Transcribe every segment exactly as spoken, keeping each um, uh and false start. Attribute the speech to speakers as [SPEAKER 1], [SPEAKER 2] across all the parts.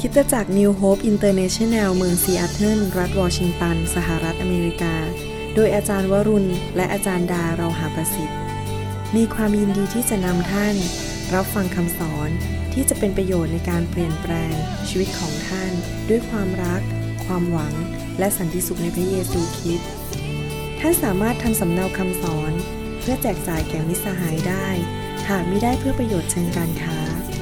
[SPEAKER 1] คริสตจักร New Hope International เมืองซีแอตเทิลรัฐวอชิงตันสหรัฐอเมริกาโดยอาจารย์วรุณและอาจารย์ดาเราหาประสิทธิ์มีความยินดีที่จะนำท่านรับฟังคำสอนที่จะเป็นประโยชน์ในการเปลี่ยนแปลงชีวิตของท่านด้วยความรักความหวังและสันติสุขในพระเยซูคริสต์ท่านสามารถทำสำเนาคำสอนเพื่อแจกจ่ายแก่มิตรสหายได้หากมิได้เพื่อประโยชน์เชิงการค้า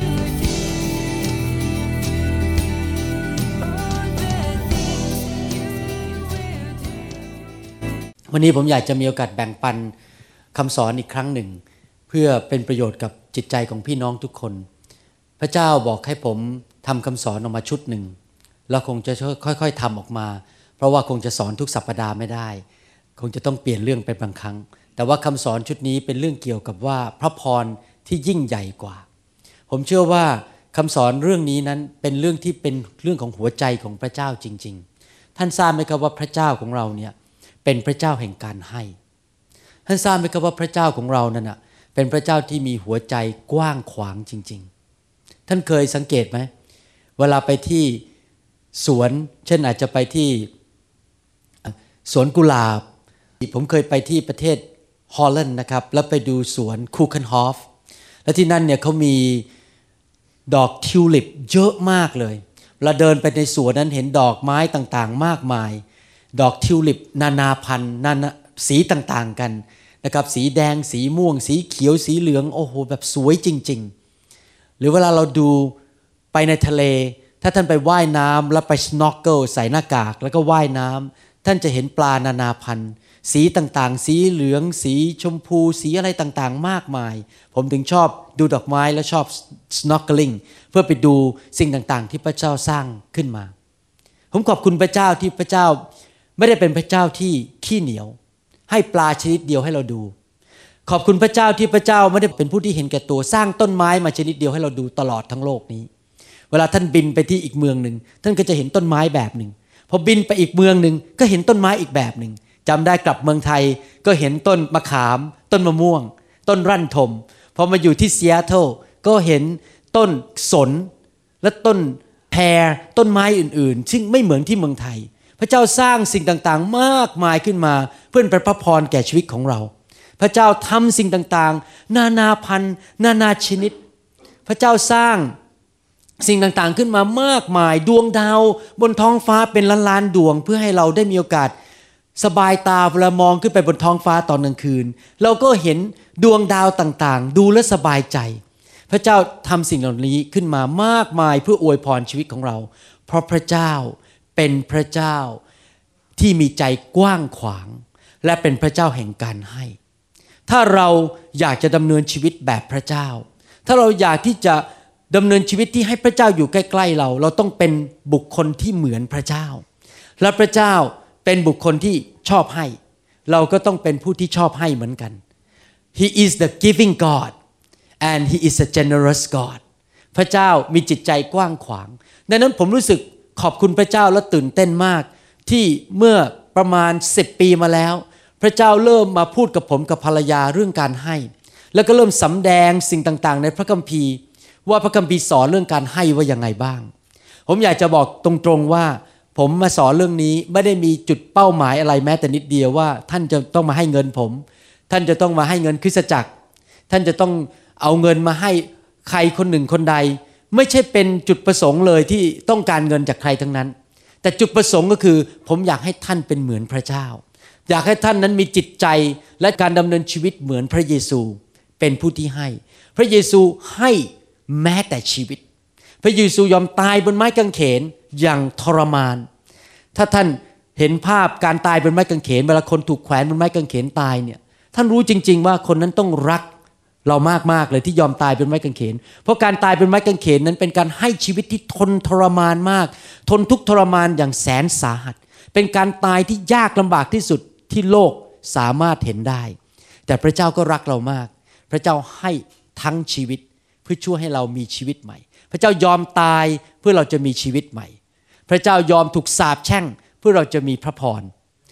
[SPEAKER 2] วันนี้ผมอยากจะมีโอกาสแบ่งปันคำสอนอีกครั้งหนึ่งเพื่อเป็นประโยชน์กับจิตใจของพี่น้องทุกคนพระเจ้าบอกให้ผมทำคำสอนออกมาชุดหนึ่งแล้วคงจะค่อยๆทำออกมาเพราะว่าคงจะสอนทุกสัปดาห์ไม่ได้คงจะต้องเปลี่ยนเรื่องเป็นบางครั้งแต่ว่าคำสอนชุดนี้เป็นเรื่องเกี่ยวกับว่าพระพรที่ยิ่งใหญ่กว่าผมเชื่อว่าคำสอนเรื่องนี้นั้นเป็นเรื่องที่เป็นเรื่องของหัวใจของพระเจ้าจริงๆท่านทราบไหมครับว่าพระเจ้าของเราเนี่ยเป็นพระเจ้าแห่งการให้ท่านทราบไหมครับว่าพระเจ้าของเรานั่นน่ะเป็นพระเจ้าที่มีหัวใจกว้างขวางจริงๆท่านเคยสังเกตไหมเวลาไปที่สวนเช่นอาจจะไปที่สวนกุหลาบผมเคยไปที่ประเทศฮอลแลนด์นะครับแล้วไปดูสวนคูเคนฮอฟและที่นั่นเนี่ยเขามีดอกทิวลิปเยอะมากเลยเราเดินไปในสวนนั้นเห็นดอกไม้ต่างๆมากมายดอกทิวลิปนานาพันธุ์นานาสีต่างๆกันนะครับสีแดงสีม่วงสีเขียวสีเหลืองโอ้โหแบบสวยจริงๆหรือเวลาเราดูไปในทะเลถ้าท่านไปว่ายน้ำแล้วไปสโนว์เกิลใส่หน้ากากแล้วก็ว่ายน้ำท่านจะเห็นปลานานาพันธุ์สีต่างๆสีเหลืองสีชมพูสีอะไรต่างๆมากมายผมถึงชอบดูดอกไม้และชอบ snorkeling เพื่อไปดูสิ่งต่างๆที่พระเจ้าสร้างขึ้นมาผมขอบคุณพระเจ้าที่พระเจ้าไม่ได้เป็นพระเจ้าที่ขี้เหนียวให้ปลาชนิดเดียวให้เราดูขอบคุณพระเจ้าที่พระเจ้าไม่ได้เป็นผู้ที่เห็นแก่ตัวสร้างต้นไม้มาชนิดเดียวให้เราดูตลอดทั้งโลกนี้เวลาท่านบินไปที่อีกเมืองนึงท่านก็จะเห็นต้นไม้แบบนึงพอบินไปอีกเมืองนึงก็เห็นต้นไม้อีกแบบนึงจำได้กลับเมืองไทยก็เห็นต้นมะขามต้นมะม่วงต้นรั่นทมพอมาอยู่ที่ซีแอตเทิลก็เห็นต้นสนและต้นแพรต้นไม้อื่นๆซึ่งไม่เหมือนที่เมืองไทยพระเจ้าสร้างสิ่งต่างๆมากมายขึ้นมาเพื่อเป็นพระพรแก่ชีวิตของเราพระเจ้าทำสิ่งต่างๆนานาพันธุ์นานาชนิดพระเจ้าสร้างสิ่งต่างๆขึ้นมามากมายดวงดาวบนท้องฟ้าเป็นล้านๆดวงเพื่อให้เราได้มีโอกาสสบายตาเวลามองขึ้นไปบนท้องฟ้าตอนกลางคืนเราก็เห็นดวงดาวต่างๆดูและสบายใจพระเจ้าทำสิ่งเหล่านี้ขึ้นมามากมายเพื่ออวยพรชีวิตของเราเพราะพระเจ้าเป็นพระเจ้าที่มีใจกว้างขวางและเป็นพระเจ้าแห่งการให้ถ้าเราอยากจะดำเนินชีวิตแบบพระเจ้าถ้าเราอยากที่จะดำเนินชีวิตที่ให้พระเจ้าอยู่ใกล้ๆเราเราต้องเป็นบุคคลที่เหมือนพระเจ้าและพระเจ้าเป็นบุคคลที่ชอบให้เราก็ต้องเป็นผู้ที่ชอบให้เหมือนกัน He is the giving God and He is a generous God พระเจ้ามีจิตใจกว้างขวางดังนั้นผมรู้สึกขอบคุณพระเจ้าและตื่นเต้นมากที่เมื่อประมาณสิบปีมาแล้วพระเจ้าเริ่มมาพูดกับผมกับภรรยาเรื่องการให้แล้วก็เริ่มสำแดงสิ่งต่างๆในพระคัมภีร์ว่าพระคัมภีร์สอนเรื่องการให้ว่ายังไงบ้างผมอยากจะบอกตรงๆว่าผมมาสอนเรื่องนี้ไม่ได้มีจุดเป้าหมายอะไรแม้แต่นิดเดียวว่าท่านจะต้องมาให้เงินผมท่านจะต้องมาให้เงินคริสตจักรท่านจะต้องเอาเงินมาให้ใครคนหนึ่งคนใดไม่ใช่เป็นจุดประสงค์เลยที่ต้องการเงินจากใครทั้งนั้นแต่จุดประสงค์ก็คือผมอยากให้ท่านเป็นเหมือนพระเจ้าอยากให้ท่านนั้นมีจิตใจและการดำเนินชีวิตเหมือนพระเยซูเป็นผู้ที่ให้พระเยซูให้แม้แต่ชีวิตพระเยซูยอมตายบนไม้กางเขนอย่างทรมานถ้าท่านเห็นภาพการตายบนไม้กางเขนเวลาคนถูกแขวนบนไม้กางเขนตายเนี่ยท่านรู้จริงๆว่าคนนั้นต้องรักเรามากๆเลยที่ยอมตายบนไม้กางเขนเพราะการตายบนไม้กางเขนนั้นเป็นการให้ชีวิตที่ทนทรมานมากทนทุกข์ทรมานอย่างแสนสาหัสเป็นการตายที่ยากลำบากที่สุดที่โลกสามารถเห็นได้แต่พระเจ้าก็รักเรามากพระเจ้าให้ทั้งชีวิตเพื่อช่วยให้เรามีชีวิตใหม่พระเจ้ายอมตายเพื่อเราจะมีชีวิตใหม่พระเจ้ายอมถูกสาปแช่งเพื่อเราจะมีพระพร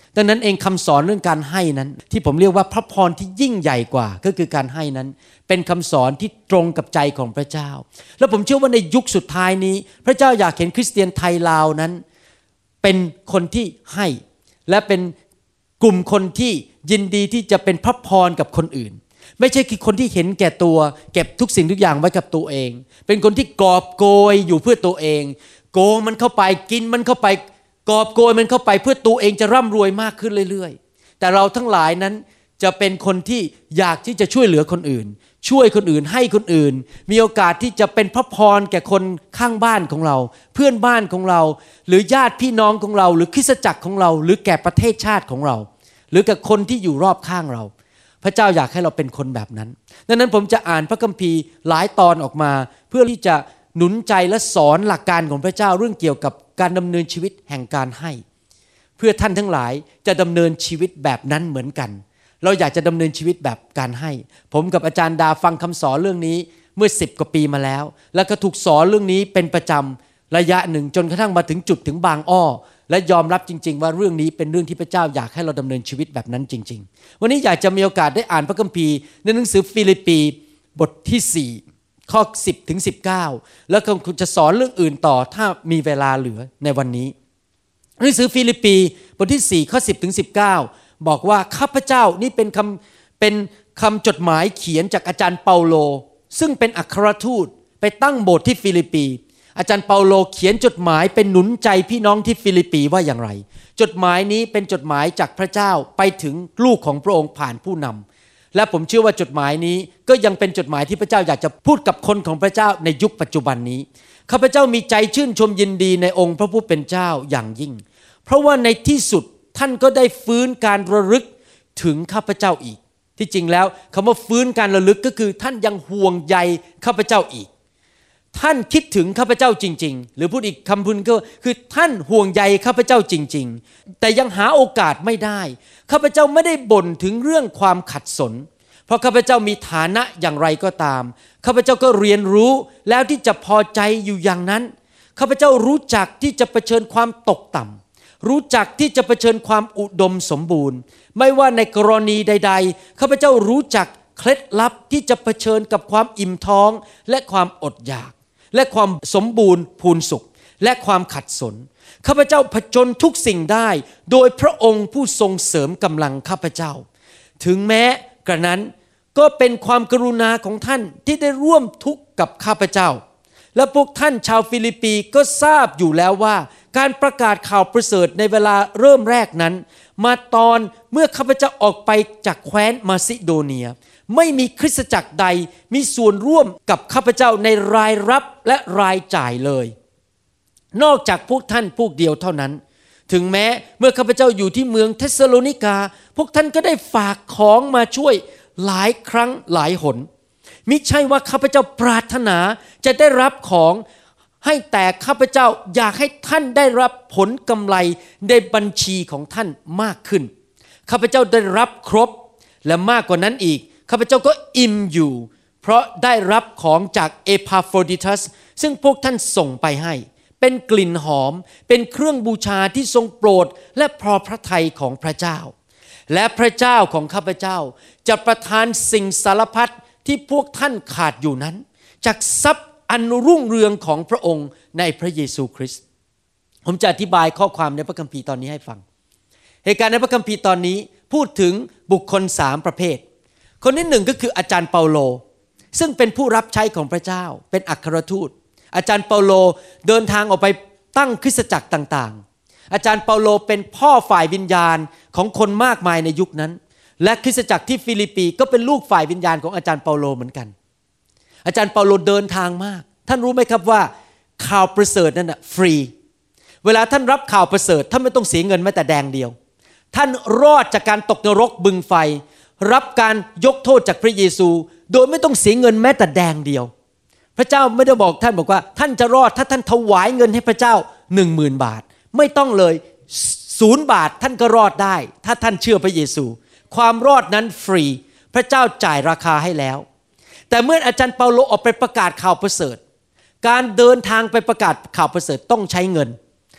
[SPEAKER 2] ดังนั้นเองคำสอนเรื่องการให้นั้นที่ผมเรียกว่าพระพรที่ยิ่งใหญ่กว่าก็คือการให้นั้นเป็นคำสอนที่ตรงกับใจของพระเจ้าและผมเชื่อว่าในยุคสุดท้ายนี้พระเจ้าอยากเห็นคริสเตียนไทยลาวนั้นเป็นคนที่ให้และเป็นกลุ่มคนที่ยินดีที่จะเป็นพระพรกับคนอื่นไม่ใช่คือคนที่เห็นแก่ตัวเก็บทุกสิ่งทุกอย่างไว้กับตัวเองเป็นคนที่กอบโกยอยู่เพื่อตัวเองโกงมันเข้าไปกินมันเข้าไปกอบโกยมันเข้าไปเพื่อตัวเองจะร่ำรวยมากขึ้นเรื่อยๆแต่เราทั้งหลายนั้นจะเป็นคนที่อยากที่จะช่วยเหลือคนอื่นช่วยคนอื่นให้คนอื่นมีโอกาสที่จะเป็นพระพรแก่คนข้างบ้านของเราเพื่อนบ้านของเราหรือญาติพี่น้องของเราหรือคริสตจักรของเราหรือแก่ประเทศชาติของเราหรือกับคนที่อยู่รอบข้างเราพระเจ้าอยากให้เราเป็นคนแบบนั้นดังนั้นผมจะอ่านพระคัมภีร์หลายตอนออกมาเพื่อที่จะหนุนใจและสอนหลักการของพระเจ้าเรื่องเกี่ยวกับการดำเนินชีวิตแห่งการให้เพื่อท่านทั้งหลายจะดำเนินชีวิตแบบนั้นเหมือนกันเราอยากจะดำเนินชีวิตแบบการให้ผมกับอาจารย์ดาฟังคำสอนเรื่องนี้เมื่อสิบกว่าปีมาแล้วแล้วก็ถูกสอนเรื่องนี้เป็นประจำระยะหนึ่งจนกระทั่งมาถึงจุดถึงบางอ้อและยอมรับจริงๆว่าเรื่องนี้เป็นเรื่องที่พระเจ้าอยากให้เราดำเนินชีวิตแบบนั้นจริงๆวันนี้อยากจะมีโอกาสได้อ่านพระคัมภีร์ในหนังสือฟิลิปปีบทที่สี่ข้อสิบถึงสิบเก้าแล้วก็คุณจะสอนเรื่องอื่นต่อถ้ามีเวลาเหลือในวันนี้หนังสือฟิลิปปีบทที่สี่ข้อสิบถึงสิบเก้าบอกว่าข้าพเจ้านี่เป็นคำเป็นคำจดหมายเขียนจากอาจารย์เปาโลซึ่งเป็นอัครทูตไปตั้งโบสถ์ที่ฟิลิปปีอาจารย์เปาโลเขียนจดหมายเป็นหนุนใจพี่น้องที่ฟิลิปปีว่าอย่างไรจดหมายนี้เป็นจดหมายจากพระเจ้าไปถึงลูกของพระองค์ผ่านผู้นำและผมเชื่อว่าจดหมายนี้ก็ยังเป็นจดหมายที่พระเจ้าอยากจะพูดกับคนของพระเจ้าในยุคปัจจุบันนี้ข้าพเจ้ามีใจชื่นชมยินดีในองค์พระผู้เป็นเจ้าอย่างยิ่งเพราะว่าในที่สุดท่านก็ได้ฟื้นการระลึกถึงข้าพเจ้าอีกที่จริงแล้วคำว่าฟื้นการระลึกก็คือท่านยังห่วงใยข้าพเจ้าอีกท่านคิดถึงข้าพเจ้าจริงๆหรือพูดอีกคำพูดก็คือท่านห่วงใยข้าพเจ้าจริงๆแต่ยังหาโอกาสไม่ได้ข้าพเจ้าไม่ได้บ่นถึงเรื่องความขัดสนเพราะข้าพเจ้ามีฐานะอย่างไรก็ตามข้าพเจ้าก็เรียนรู้แล้วที่จะพอใจอยู่อย่างนั้นข้าพเจ้ารู้จักที่จะเผชิญความตกต่ำรู้จักที่จะเผชิญความอุดมสมบูรณ์ไม่ว่าในกรณีใดๆข้าพเจ้ารู้จักเคล็ดลับที่จะเผชิญกับความอิ่มท้องและความอดอยากและความสมบูรณ์พูนสุขและความขัดสนข้าพเจ้าผจญทุกสิ่งได้โดยพระองค์ผู้ทรงเสริมกำลังข้าพเจ้าถึงแม้กระนั้นก็เป็นความกรุณาของท่านที่ได้ร่วมทุกข์กับข้าพเจ้าและพวกท่านชาวฟิลิปปีก็ทราบอยู่แล้วว่าการประกาศข่าวประเสริฐในเวลาเริ่มแรกนั้นมาตอนเมื่อข้าพเจ้าออกไปจากแคว้นมาซิโดเนียไม่มีคริสตจักรใดมีส่วนร่วมกับข้าพเจ้าในรายรับและรายจ่ายเลยนอกจากพวกท่านพวกเดียวเท่านั้นถึงแม้เมื่อข้าพเจ้าอยู่ที่เมืองเธสซาโลนิกาพวกท่านก็ได้ฝากของมาช่วยหลายครั้งหลายหนมิใช่ว่าข้าพเจ้าปรารถนาจะได้รับของให้แต่ข้าพเจ้าอยากให้ท่านได้รับผลกำไรในบัญชีของท่านมากขึ้นข้าพเจ้าได้รับครบและมากกว่านั้นอีกข้าพเจ้าก็อิ่มอยู่เพราะได้รับของจากเอพาโฟรดิตัสซึ่งพวกท่านส่งไปให้เป็นกลิ่นหอมเป็นเครื่องบูชาที่ทรงโปรดและพอพระทัยของพระเจ้าและพระเจ้าของข้าพเจ้าจะประทานสิ่งสารพัดที่พวกท่านขาดอยู่นั้นจากทรัพย์อันรุ่งเรืองของพระองค์ในพระเยซูคริสต์ผมจะอธิบายข้อความในพระคัมภีร์ตอนนี้ให้ฟังเหตุการณ์ในพระคัมภีร์ตอนนี้พูดถึงบุคคลสามประเภทคนที่หนึ่งก็คืออาจารย์เปาโลซึ่งเป็นผู้รับใช้ของพระเจ้าเป็นอัครทูตอาจารย์เปาโลเดินทางออกไปตั้งคริสตจักรต่างๆอาจารย์เปาโลเป็นพ่อฝ่ายวิญญาณของคนมากมายในยุคนั้นและคริสตจักรที่ฟิลิปปีก็เป็นลูกฝ่ายวิญญาณของอาจารย์เปาโลเหมือนกันอาจารย์เปาโลเดินทางมากท่านรู้ไหมครับว่าข่าวประเสริฐนั้นน่ะฟรีเวลาท่านรับข่าวประเสริฐท่านไม่ต้องเสียเงินแม้แต่แดงเดียวท่านรอดจากการตกนรกบึงไฟรับการยกโทษจากพระเยซูโดยไม่ต้องเสียเงินแม้แต่แดงเดียวพระเจ้าไม่ได้บอกท่านบอกว่าท่านจะรอดถ้าท่านถวายเงินให้พระเจ้า หนึ่งหมื่น บาทไม่ต้องเลยศูนย์บาทท่านก็รอดได้ถ้าท่านเชื่อพระเยซูความรอดนั้นฟรีพระเจ้าจ่ายราคาให้แล้วแต่เมื่ออาจารย์เปาโลออกไปประกาศข่าวประเสริฐการเดินทางไปประกาศข่าวประเสริฐต้องใช้เงิน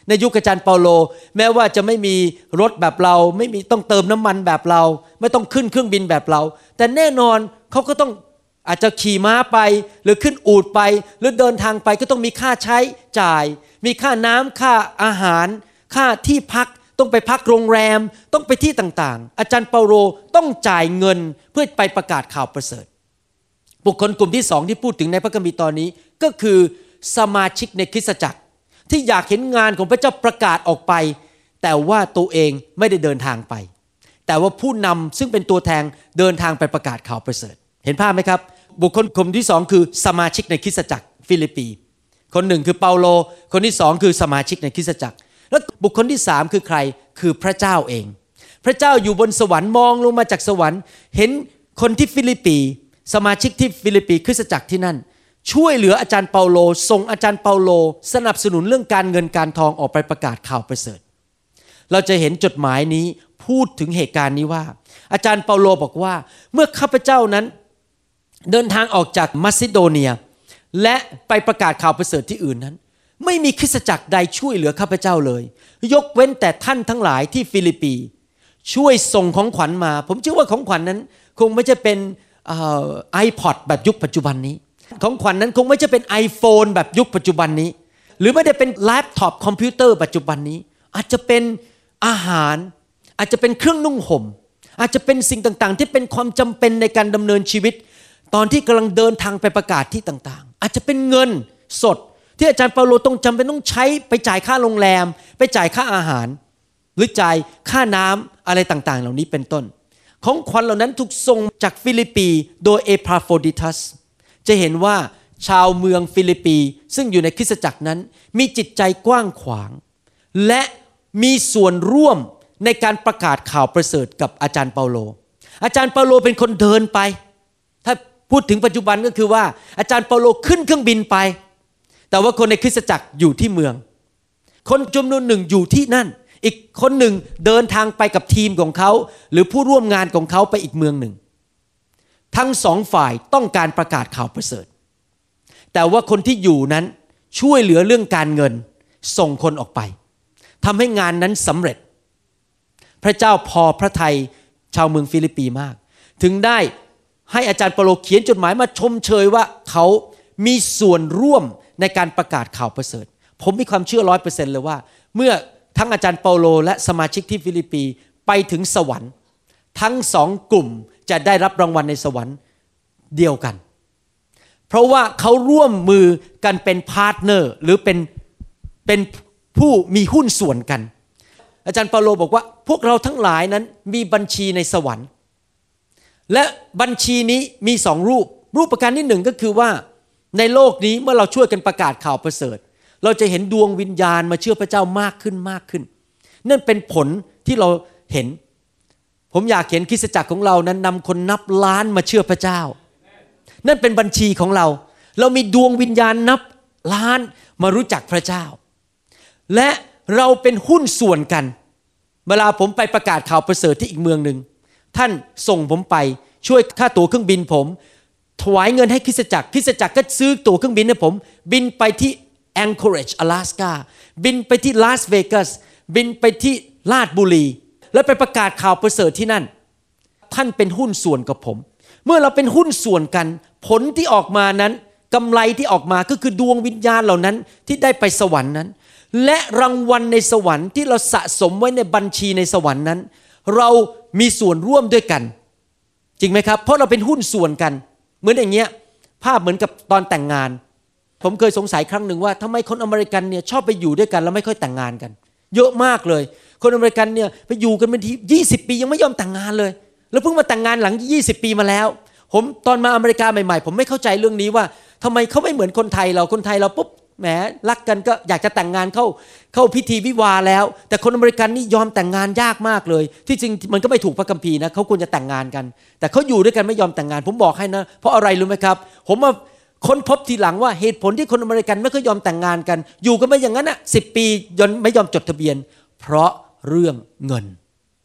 [SPEAKER 2] ในยุคอาจารย์เปาโลแม้ว่าจะไม่มีรถแบบเราไม่มีต้องเติมน้ำมันแบบเราไม่ต้องขึ้นเครื่องบินแบบเราแต่แน่นอนเขาก็ต้องอาจจะขี่ม้าไปหรือขึ้นอูฐไปหรือเดินทางไปก็ต้องมีค่าใช้จ่ายมีค่าน้ำค่าอาหารค่าที่พักต้องไปพักโรงแรมต้องไปที่ต่างๆอาจารย์เปาโลต้องจ่ายเงินเพื่อไปประกาศข่าวประเสริฐบุคคลกลุ่มที่สองที่พูดถึงในพระคัมภีร์ตอนนี้ก็คือสมาชิกในคริสตจักรที่อยากเห็นงานของพระเจ้าประกาศออกไปแต่ว่าตัวเองไม่ได้เดินทางไปแต่ว่าผู้นำซึ่งเป็นตัวแทนเดินทางไปประกาศข่าวประเสริฐเห็นภาพไหมครับบุคคลกลุ่มที่สองคือสมาชิกในคริสตจักรฟิลิปปีคนหนึ่งคือเปาโลคนที่สองคือสมาชิกในคริสตจักรแล้วบุคคลที่สามคือใครคือพระเจ้าเองพระเจ้าอยู่บนสวรรค์มองลงมาจากสวรรค์เห็นคนที่ฟิลิปปีสมาชิกที่ฟิลิปปีคริสตจักรที่นั่นช่วยเหลืออาจารย์เปาโลส่งอาจารย์เปาโลสนับสนุนเรื่องการเงินการทองออกไปประกาศข่าวประเสริฐเราจะเห็นจดหมายนี้พูดถึงเหตุการณ์นี้ว่าอาจารย์เปาโลบอกว่าเมื่อข้าพเจ้านั้นเดินทางออกจากมัสซิโดเนียและไปประกาศข่าวประเสริฐที่อื่นนั้นไม่มีคริสตจักรใดช่วยเหลือข้าพเจ้าเลยยกเว้นแต่ท่านทั้งหลายที่ฟิลิปปีช่วยส่งของขวัญมาผมเชื่อว่าของขวัญนั้นคงไม่ใช่เป็นเอ่อ iPod แบบยุคปัจจุบันนี้ของขวัญนั้นคงไม่ใช่เป็น iPhone แบบยุคปัจจุบันนี้หรือไม่ได้เป็นแล็ปท็อปคอมพิวเตอร์ปัจจุบันนี้อาจจะเป็นอาหารอาจจะเป็นเครื่องนุ่งห่มอาจจะเป็นสิ่งต่างๆที่เป็นความจำเป็นในการดำเนินชีวิตตอนที่กำลังเดินทางไปประกาศที่ต่างๆอาจจะเป็นเงินสดที่อาจารย์เปาโลต้องจำเป็นต้องใช้ไปจ่ายค่าโรงแรมไปจ่ายค่าอาหารหรือจ่ายค่าน้ำอะไรต่างๆเหล่านี้เป็นต้นของขวัญเหล่านั้นถูกส่งจากฟิลิปปีโดยเอพาโฟดิทัสจะเห็นว่าชาวเมืองฟิลิปปีซึ่งอยู่ในคริสตจักรนั้นมีจิตใจกว้างขวางและมีส่วนร่วมในการประกาศข่าวประเสริฐกับอาจารย์เปาโลอาจารย์เปาโลเป็นคนเดินไปถ้าพูดถึงปัจจุบันก็คือว่าอาจารย์เปาโลขึ้นเครื่องบินไปแต่ว่าคนในคริสตจักรอยู่ที่เมืองคนจำนวนหนึ่งอยู่ที่นั่นอีกคนหนึ่งเดินทางไปกับทีมของเขาหรือผู้ร่วมงานของเขาไปอีกเมืองหนึ่งทั้งสองฝ่ายต้องการประกาศข่าวประเสริฐแต่ว่าคนที่อยู่นั้นช่วยเหลือเรื่องการเงินส่งคนออกไปทำให้งานนั้นสำเร็จพระเจ้าพอพระทัยชาวเมืองฟิลิปปีมากถึงได้ให้อาจารย์เปาโลเขียนจดหมายมาชมเชยว่าเขามีส่วนร่วมในการประกาศข่าวประเสริฐผมมีความเชื่อ ร้อยเปอร์เซ็นต์ เลยว่าเมื่อทั้งอาจารย์เปาโลและสมาชิกที่ฟิลิปปีไปถึงสวรรค์ทั้งสองกลุ่มจะได้รับรางวัลในสวรรค์เดียวกันเพราะว่าเขาร่วมมือกันเป็นพาร์ทเนอร์หรือเป็นเป็นผู้มีหุ้นส่วนกันอาจารย์เปาโลบอกว่าพวกเราทั้งหลายนั้นมีบัญชีในสวรรค์และบัญชีนี้มีสองรูปรูปประการที่หนึ่งก็คือว่าในโลกนี้เมื่อเราช่วยกันประกาศข่าวประเสริฐเราจะเห็นดวงวิญญาณมาเชื่อพระเจ้ามากขึ้นมากขึ้นนั่นเป็นผลที่เราเห็นผมอยากเห็นคริสตจักรของเรานั้นนำคนนับล้านมาเชื่อพระเจ้านั่นเป็นบัญชีของเราเรามีดวงวิญญาณนับล้านมารู้จักพระเจ้าและเราเป็นหุ้นส่วนกันเวลาผมไปประกาศข่าวประเสริฐที่อีกเมืองหนึ่งท่านส่งผมไปช่วยค่าตั๋วเครื่องบินผมถวายเงินให้คริสตจักรคริสตจักรก็ซื้อตั๋วเครื่องบินให้ผมบินไปที่Anchorage อลาสกาบินไปที่ลาสเวกัสบินไปที่ลาดบุรีแล้วไปประกาศข่าวประเสริฐที่นั่นท่านเป็นหุ้นส่วนกับผมเมื่อเราเป็นหุ้นส่วนกันผลที่ออกมานั้นกำไรที่ออกมาก็คือดวงวิญญาณเหล่านั้นที่ได้ไปสวรรค์นั้นและรางวัลในสวรรค์ที่เราสะสมไว้ในบัญชีในสวรรค์นั้นเรามีส่วนร่วมด้วยกันจริงไหมครับเพราะเราเป็นหุ้นส่วนกันเหมือนอย่างเงี้ยภาพเหมือนกับตอนแต่งงานผมเคยสงสัยครั้งหนึ่งว่าทำไมคนอเมริกันเนี่ยชอบไปอยู่ด้วยกันแล้วไม่ค่อยแต่งงานกันเยอะมากเลยคนอเมริกันเนี่ยไปอยู่กันเป็นทียี่สิบปียังไม่ยอมแต่งงานเลยแล้วเพิ่งมาแต่งงานหลังยี่สิบปีมาแล้วผมตอนมาอเมริกาใหม่ๆผมไม่เข้าใจเรื่องนี้ว่าทำไมเขาไม่เหมือนคนไทยเราคนไทยเราปุ๊บแหมรักกันก็อยากจะแต่งงานเข้าเข้าพิธีวิวาห์แล้วแต่คนอเมริกันนี่ยอมแต่งงานยากมากเลยที่จริงมันก็ไม่ถูกพระคัมภีร์นะเขาควรจะแต่งงานกันแต่เขาอยู่ด้วยกันไม่ยอมแต่งงานผมบอกให้นะเพราะอะไรรู้ไหมครับผมมาค้นพบทีหลังว่าเหตุผลที่คนอเมริกันไม่ค่อยยอมแต่งงานกันอยู่กันมาอย่างนั้นอ่ะสิบปียนไม่ยอมจดทะเบียนเพราะเรื่องเงิน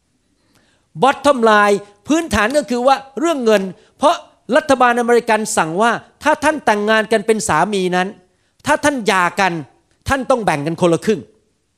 [SPEAKER 2] bottom line พื้นฐานก็คือว่าเรื่องเงินเพราะรัฐบาลอเมริกันสั่งว่าถ้าท่านแต่งงานกันเป็นสามีนั้นถ้าท่านหย่ากันท่านต้องแบ่งกันคนละครึ่ง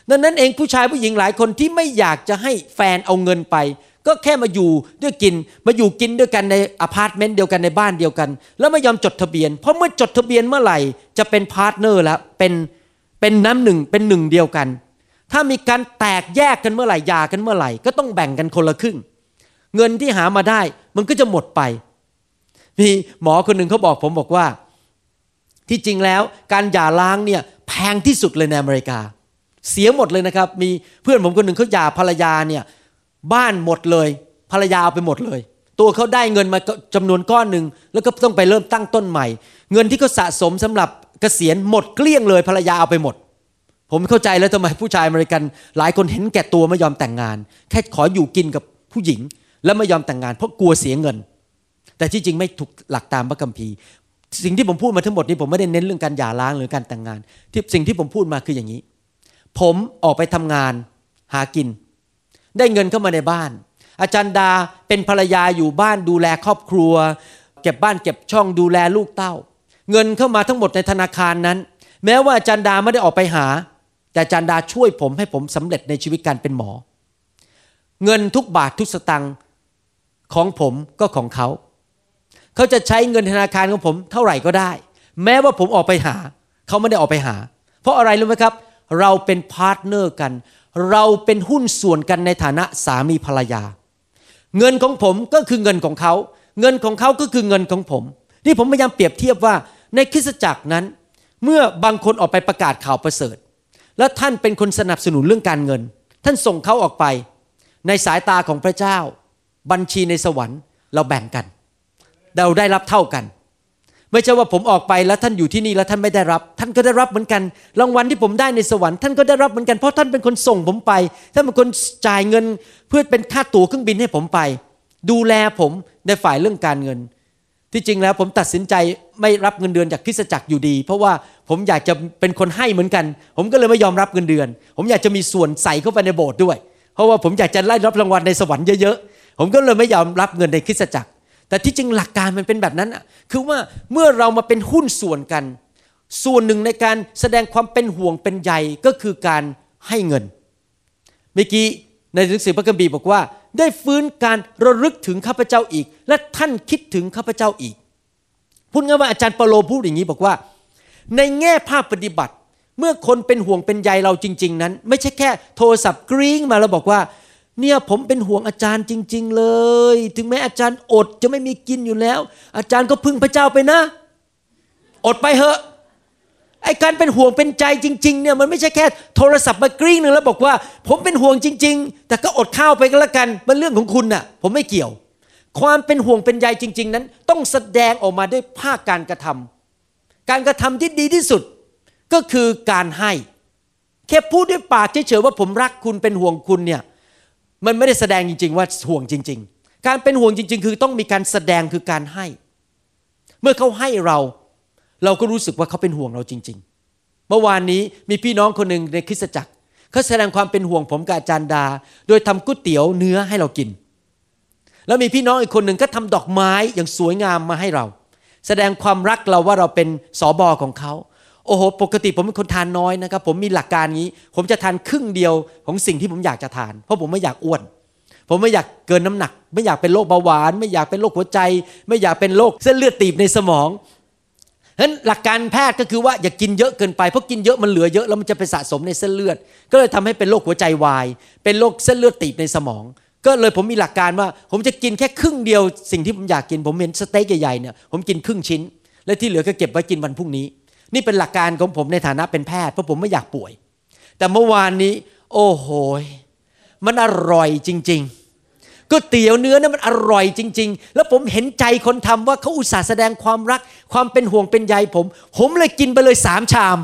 [SPEAKER 2] ดังนั้นเองผู้ชายผู้หญิงหลายคนที่ไม่อยากจะให้แฟนเอาเงินไปก็แค่มาอยู่ด้วยกินมาอยู่กินด้วยกันในอพาร์ตเมนต์เดียวกันในบ้านเดียวกันแล้วไม่ยอมจดทะเบียนเพราะเมื่อจดทะเบียนเมื่อไหร่จะเป็นพาร์ทเนอร์แล้วเป็นเป็นน้ำหนึ่งเป็นหนึ่งเดียวกันถ้ามีการแตกแยกกันเมื่อไหร่หย่ากันเมื่อไหร่ก็ต้องแบ่งกันคนละครึ่งเงินที่หามาได้มันก็จะหมดไปมีหมอคนหนึ่งเขาบอกผมบอกว่าที่จริงแล้วการหย่าร้างเนี่ยแพงที่สุดเลยในอเมริกาเสียหมดเลยนะครับมีเพื่อนผมคนหนึ่งเขาหย่าภรรยาเนี่ยบ้านหมดเลยภรรยาเอาไปหมดเลยตัวเขาได้เงินมาจำนวนก้อนหนึ่งแล้วก็ต้องไปเริ่มตั้งต้นใหม่เงินที่เขาสะสมสำหรับเกษียณหมดเกลี้ยงเลยภรรยาเอาไปหมดผมเข้าใจแล้วทำไมผู้ชายอเมริกันหลายคนเห็นแก่ตัวไม่ยอมแต่งงานแค่ขออยู่กินกับผู้หญิงแล้วไม่ยอมแต่งงานเพราะกลัวเสียเงินแต่ที่จริงไม่ถูกหลักตามพระคัมภีร์สิ่งที่ผมพูดมาทั้งหมดนี้ผมไม่ได้เน้นเรื่องการหย่าร้างหรือการแต่งงานที่สิ่งที่ผมพูดมาคืออย่างนี้ผมออกไปทำงานหากินได้เงินเข้ามาในบ้านอาจารย์ดาเป็นภรรยาอยู่บ้านดูแลครอบครัวเก็บบ้านเก็บช่องดูแลลูกเต้าเงินเข้ามาทั้งหมดในธนาคารนั้นแม้ว่าอาจารย์ดาไม่ได้ออกไปหาแต่อาจารย์ดาช่วยผมให้ผมสำเร็จในชีวิตการเป็นหมอเงินทุกบาททุกสตางค์ของผมก็ของเขาเขาจะใช้เงินธนาคารของผมเท่าไหร่ก็ได้แม้ว่าผมออกไปหาเขาไม่ได้ออกไปหาเพราะอะไรรู้ไหมครับเราเป็นพาร์ทเนอร์กันเราเป็นหุ้นส่วนกันในฐานะสามีภรรยาเงินของผมก็คือเงินของเขาเงินของเขาก็คือเงินของผมที่ผมพยายามเปรียบเทียบว่าในคริสตจักรนั้นเมื่อบางคนออกไปประกาศข่าวประเสริฐแล้วท่านเป็นคนสนับสนุนเรื่องการเงินท่านส่งเขาออกไปในสายตาของพระเจ้าบัญชีในสวรรค์เราแบ่งกันเราได้รับเท่ากันไม่ใช่ว่าผมออกไปแล้วท่านอยู่ที่นี่แล้วท่านไม่ได้รับท่านก็ได้รับเหมือนกันรางวัลที่ผมได้ในสวรรค์ท่านก็ได้รับเหมือนกันเพราะท่านเป็นคนส่งผมไปท่านเป็นคนจ่ายเงินเพื่อเป็นค่าตั๋วเครื่องบินให้ผมไปดูแลผมในฝ่ายเรื่องการเงินที่จริงแล้วผมตัดสินใจไม่รับเงินเดือนจากคริสตจักรอยู่ดีเพราะว่าผมอยากจะเป็นคนให้เหมือนกันผมก็เลยไม่ยอมรับเงินเดือนผมอยากจะมีส่วนใส่เข้าไปในโบสถ์ด้วยเพราะว่าผมอยากจะได้รับรางวัลในสวรรค์เยอะๆผมก็เลยไม่ยอมรับเงินในคริสตจักรแต่ที่จริงหลักการมันเป็นแบบนั้นคือว่าเมื่อเรามาเป็นหุ้นส่วนกันส่วนหนึ่งในการแสดงความเป็นห่วงเป็นใยก็คือการให้เงินเมื่อกี้ในหนังสือพระคัมภีร์บอกว่าได้ฟื้นการระลึกถึงข้าพเจ้าอีกและท่านคิดถึงข้าพเจ้าอีกพูดง่ายว่าอาจารย์เปาโลพูดอย่างนี้บอกว่าในแง่ภาคปฏิบัติเมื่อคนเป็นห่วงเป็นใยเราจริงๆนั้นไม่ใช่แค่โทรศัพท์กริ้งมาแล้วบอกว่าเนี่ยผมเป็นห่วงอาจารย์จริงๆเลยถึงแม้อาจารย์อดจะไม่มีกินอยู่แล้วอาจารย์ก็พึ่งพระเจ้าไปนะอดไปเถอะไอ้การเป็นห่วงเป็นใจจริงๆเนี่ยมันไม่ใช่แค่โทรศัพท์มากริ้งนึงแล้วบอกว่าผมเป็นห่วงจริงๆแต่ก็อดข้าวไปก็แล้วกันมันเรื่องของคุณน่ะผมไม่เกี่ยวความเป็นห่วงเป็นใยจริงๆนั้นต้องแสดงออกมาด้วยภาคการกระทำการกระทำที่ดีที่สุดก็คือการให้แค่พูดด้วยปากเฉยๆว่าผมรักคุณเป็นห่วงคุณเนี่ยมันไม่ได้แสดงจริงๆว่าห่วงจริงๆการเป็นห่วงจริงๆคือต้องมีการแสดงคือการให้เมื่อเขาให้เราเราก็รู้สึกว่าเขาเป็นห่วงเราจริงๆเมื่อวานนี้มีพี่น้องคนหนึ่งในคริสตจักรเขาแสดงความเป็นห่วงผมกับอาจารย์ดาโดยทำก๋วยเตี๋ยวเนื้อให้เรากินแล้วมีพี่น้องอีกคนหนึ่งก็ทำดอกไม้อย่างสวยงามมาให้เราแสดงความรักเราว่าเราเป็นสบของเขาโอ้โหปกติผมเป็นคนทานน้อยนะครับผมมีหลักการนี้ผมจะทานครึ่งเดียวของสิ่งที่ผมอยากจะทานเพราะผมไม่อยากอ้วนผมไม่อยากเกินน้ำหนักไม่อยากเป็นโรคเบาหวานไม่อยากเป็นโรคหัวใจไม่อยากเป็นโรคเส้นเลือดตีบในสมองฉะนั้นหลักการแพทย์ก็คือว่าอย่ากินเยอะเกินไปเพราะกินเยอะมันเหลือเยอะแล้วมันจะไปสะสมในเส้นเลือดก็เลยทำให้เป็นโรคหัวใจวายเป็นโรคเส้นเลือดตีบในสมองก็เลยผมมีหลักการว่าผมจะกินแค่ครึ่งเดียวสิ่งที่ผมอยากกินผมเห็นสเต็กใหญ่ๆเนี่ยผมกินครึ่งชิ้นและที่เหลือก็เก็บไว้กินวันพรุ่งนี้นี่เป็นหลักการของผมในฐานะเป็นแพทย์เพราะผมไม่อยากป่วยแต่เมื่อวานนี้โอ้โหมันอร่อยจริงๆก๋วยเตี๋ยวเนื้อเนี่ยมันอร่อยจริงๆแล้วผมเห็นใจคนทำว่าเขาอุตส่าห์แสดงความรักความเป็นห่วงเป็นใยผมผมเลยกินไปเลยสามชาม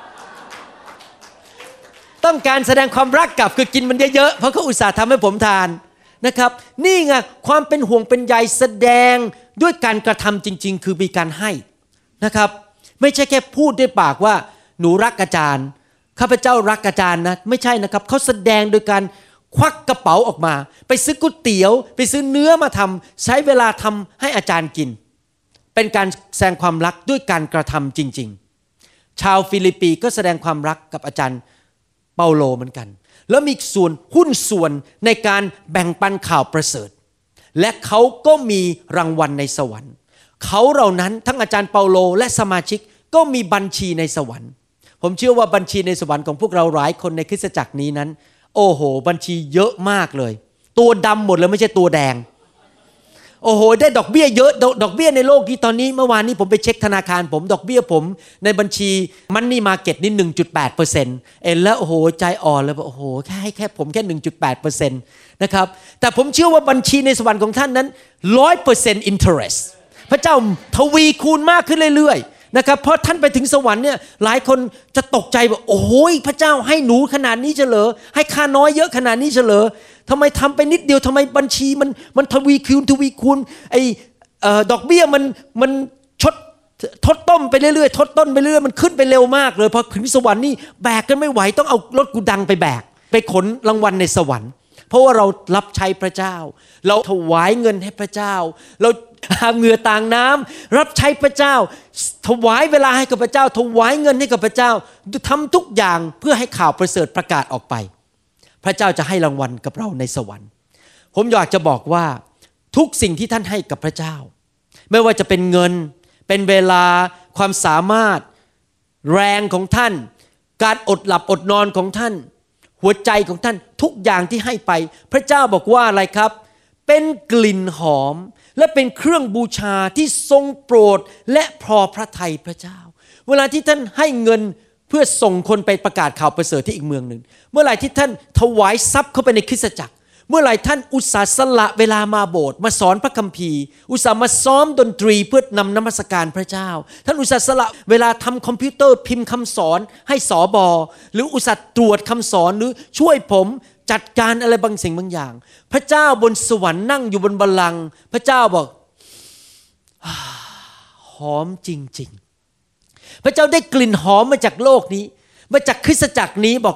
[SPEAKER 2] ต้องการแสดงความรักกลับคือกินมันเยอะๆเพราะเขาอุตส่าห์ทำให้ผมทานนะครับนี่ไงความเป็นห่วงเป็นใยแสดงด้วยการกระทำจริงๆคือมีการให้นะครับไม่ใช่แค่พูดด้วยปากว่าหนูรักอาจารย์ข้าพเจ้ารักอาจารย์นะไม่ใช่นะครับเขาแสดงโดยการควักกระเป๋าออกมาไปซื้อก๋วยเตี๋ยวไปซื้อเนื้อมาทำใช้เวลาทำให้อาจารย์กินเป็นการแสดงความรักด้วยการกระทำจริงๆชาวฟิลิปปีก็แสดงความรักกับอาจารย์เเปาโลเหมือนกันแล้วมีส่วนหุ้นส่วนในการแบ่งปันข่าวประเสริฐและเขาก็มีรางวัลในสวรรค์เขาเหล่านั้นทั้งอาจารย์เปาโลและสมาชิกก็มีบัญชีในสวรรค์ผมเชื่อว่าบัญชีในสวรรค์ของพวกเราหลายคนในคริสตจักรนี้นั้นโอ้โหบัญชีเยอะมากเลยตัวดำหมดเลยไม่ใช่ตัวแดงโอ้โหได้ดอกเบี้ยเยอะดอกเบี้ยในโลกนี้ตอนนี้เมื่อวานนี้ผมไปเช็คธนาคารผมดอกเบี้ยผมในบัญชีมันนี่มาร์เก็ตนี่ หนึ่งจุดแปดเปอร์เซ็นต์ เอ็นแล้วโอ้โหใจอ่อนเลยว่าโอ้โหแค่ให้แค่ผมแค่ หนึ่งจุดแปดเปอร์เซ็นต์ นะครับแต่ผมเชื่อว่าบัญชีในสวรรค์ของท่านนั้น หนึ่งร้อยเปอร์เซ็นต์ interest พระเจ้าทวีคูณมากขึ้นเรื่อยๆนะครับเพราะท่านไปถึงสวรรค์เนี่ยหลายคนจะตกใจว่าโอ้โหพระเจ้าให้หนูขนาดนี้เฉลอให้ค่าน้อยเยอะขนาดนี้เฉลอทำไมทำไปนิดเดียวทำไมบัญชีมันมันทวีคูณทวีคูณไอ้เอ่อดอกเบี้ยมันมันชดทดต้มไปเรื่อยๆทดต้นไปเรื่อยมันขึ้นไปเร็วมากเลยพอถึงสวรรค์นี่แบกกันไม่ไหวต้องเอารถกูดังไปแบกไปขนรางวัลในสวรรค์เพราะว่าเรารับใช้พระเจ้าเราถวายเงินให้พระเจ้าเราหาเหงื่อต่างน้ำรับใช้พระเจ้าถวายเวลาให้กับพระเจ้าถวายเงินให้กับพระเจ้าทำทุกอย่างเพื่อให้ข่าวประเสริฐประกาศออกไปพระเจ้าจะให้รางวัลกับเราในสวรรค์ผมอยากจะบอกว่าทุกสิ่งที่ท่านให้กับพระเจ้าไม่ว่าจะเป็นเงินเป็นเวลาความสามารถแรงของท่านการอดหลับอดนอนของท่านหัวใจของท่านทุกอย่างที่ให้ไปพระเจ้าบอกว่าอะไรครับเป็นกลิ่นหอมและเป็นเครื่องบูชาที่ทรงโปรดและพอพระทัยพระเจ้าเวลาที่ท่านให้เงินเพื่อส่งคนไปประกาศข่าวประเสริฐที่อีกเมืองหนึ่งเมื่อไหร่ที่ท่านถวายทรัพย์เข้าไปในคริสตจักรเมื่อไหร่ท่านอุตส่าห์สละเวลามาโบสถ์มาสอนพระคัมภีร์อุตส่าห์มาซ้อมดนตรีเพื่อนำนมัสการพระเจ้าท่านอุตส่าห์สละเวลาทำคอมพิวเตอร์พิมพ์คำสอนให้สบหรืออุตส่าห์ตรวจคำสอนหรือช่วยผมจัดการอะไรบางสิ่งบางอย่างพระเจ้าบนสวรรค์นั่งอยู่บนบัลลังก์พระเจ้าบอกหอมจริงๆพระเจ้าได้กลิ่นหอมมาจากโลกนี้มาจากคริสตจักรนี้บอก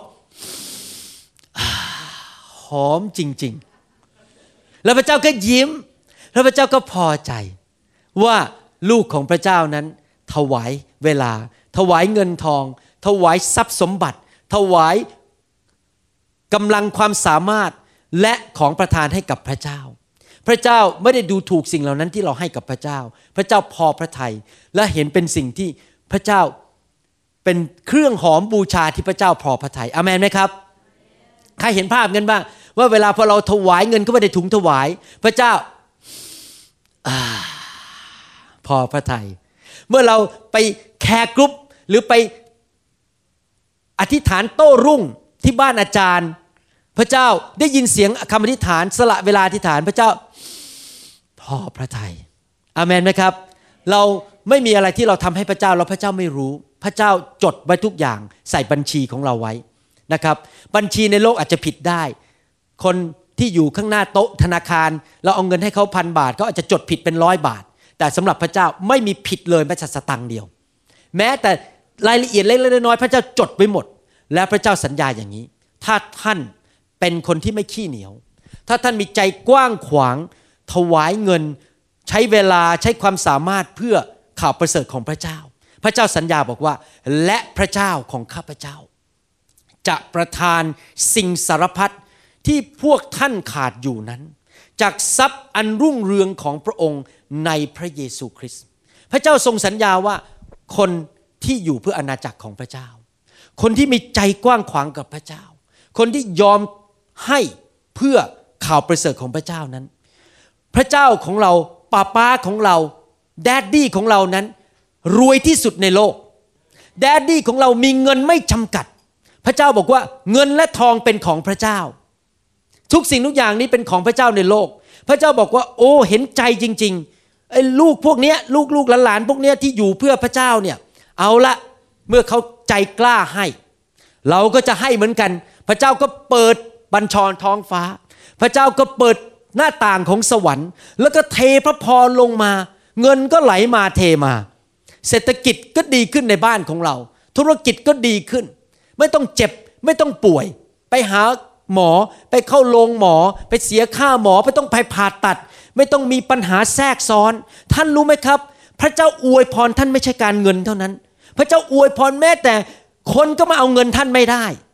[SPEAKER 2] หอมจริงๆแล้วพระเจ้าก็ยิ้มแล้วพระเจ้าก็พอใจว่าลูกของพระเจ้านั้นถวายเวลาถวายเงินทองถวายทรัพย์สมบัติถวายกำลังความสามารถและของประทานให้กับพระเจ้าพระเจ้าไม่ได้ดูถูกสิ่งเหล่านั้นที่เราให้กับพระเจ้าพระเจ้าพอพระทัยและเห็นเป็นสิ่งที่พระเจ้าเป็นเครื่องหอมบูชาที่พระเจ้าพอพระทัยอาเมนไหมครับใครเห็นภาพกันบ้างว่าเวลาพอเราถวายเงินเข้าไปในถุงถวายพระเจ้าอาพอพระทัยเมื่อเราไปแคร์กรุ๊ปหรือไปอธิษฐานโต้รุ่งที่บ้านอาจารย์พระเจ้าได้ยินเสียงคำอธิษฐานสละเวลาอธิษฐานพระเจ้าพอพระทัยอาเมนไหมครับเราไม่มีอะไรที่เราทำให้พระเจ้าแล้วพระเจ้าไม่รู้พระเจ้าจดไว้ทุกอย่างใส่บัญชีของเราไว้นะครับบัญชีในโลกอาจจะผิดได้คนที่อยู่ข้างหน้าโต๊ะธนาคารเราเอาเงินให้เขาพันบาทเขาอาจจะจดผิดเป็นร้อยบาทแต่สำหรับพระเจ้าไม่มีผิดเลยแม้แต่สตางค์เดียวแม้แต่รายละเอียดเล็กๆน้อยๆพระเจ้าจดไว้หมดและพระเจ้าสัญญาอย่างนี้ถ้าท่านเป็นคนที่ไม่ขี้เหนียวถ้าท่านมีใจกว้างขวางถวายเงินใช้เวลาใช้ความสามารถเพื่อข่าวประเสริฐของพระเจ้าพระเจ้าสัญญาบอกว่าและพระเจ้าของข้าพเจ้าจะประทานสิ่งสารพัดที่พวกท่านขาดอยู่นั้นจากทรัพย์อันรุ่งเรืองของพระองค์ในพระเยซูคริสต์พระเจ้าทรงสัญญาว่าคนที่อยู่เพื่ออาณาจักรของพระเจ้าคนที่มีใจกว้างขวางกับพระเจ้าคนที่ยอมให้เพื่อข่าวประเสริฐของพระเจ้านั้นพระเจ้าของเราป้าป้าของเราแดดดี้ของเรานั้นรวยที่สุดในโลกแดดดี้ของเรามีเงินไม่จำกัดพระเจ้าบอกว่าเงินและทองเป็นของพระเจ้าทุกสิ่งทุกอย่างนี้เป็นของพระเจ้าในโลกพระเจ้าบอกว่าโอ้เห็นใจจริงๆไอ้ลูกพวกเนี้ยลูกๆหลานๆพวกเนี้ยที่อยู่เพื่อพระเจ้าเนี่ยเอาละเมื่อเขาใจกล้าให้เราก็จะให้เหมือนกันพระเจ้าก็เปิดบัญชรท้องฟ้าพระเจ้าก็เปิดหน้าต่างของสวรรค์แล้วก็เทพระพรลงมาเงินก็ไหลมาเทมาเศรษฐกิจก็ดีขึ้นในบ้านของเราธุรกิจก็ดีขึ้นไม่ต้องเจ็บไม่ต้องป่วยไปหาหมอไปเข้าโรงหมอไปเสียค่าหมอไม่ต้องไปผ่าตัดไม่ต้องมีปัญหาแทรกซ้อนท่านรู้ไหมครับพระเจ้าอวยพรท่านไม่ใช่การเงินเท่านั้นพระเจ้าอวยพรแม้แต่คนก็มาเอาเงินท่านไม่ได้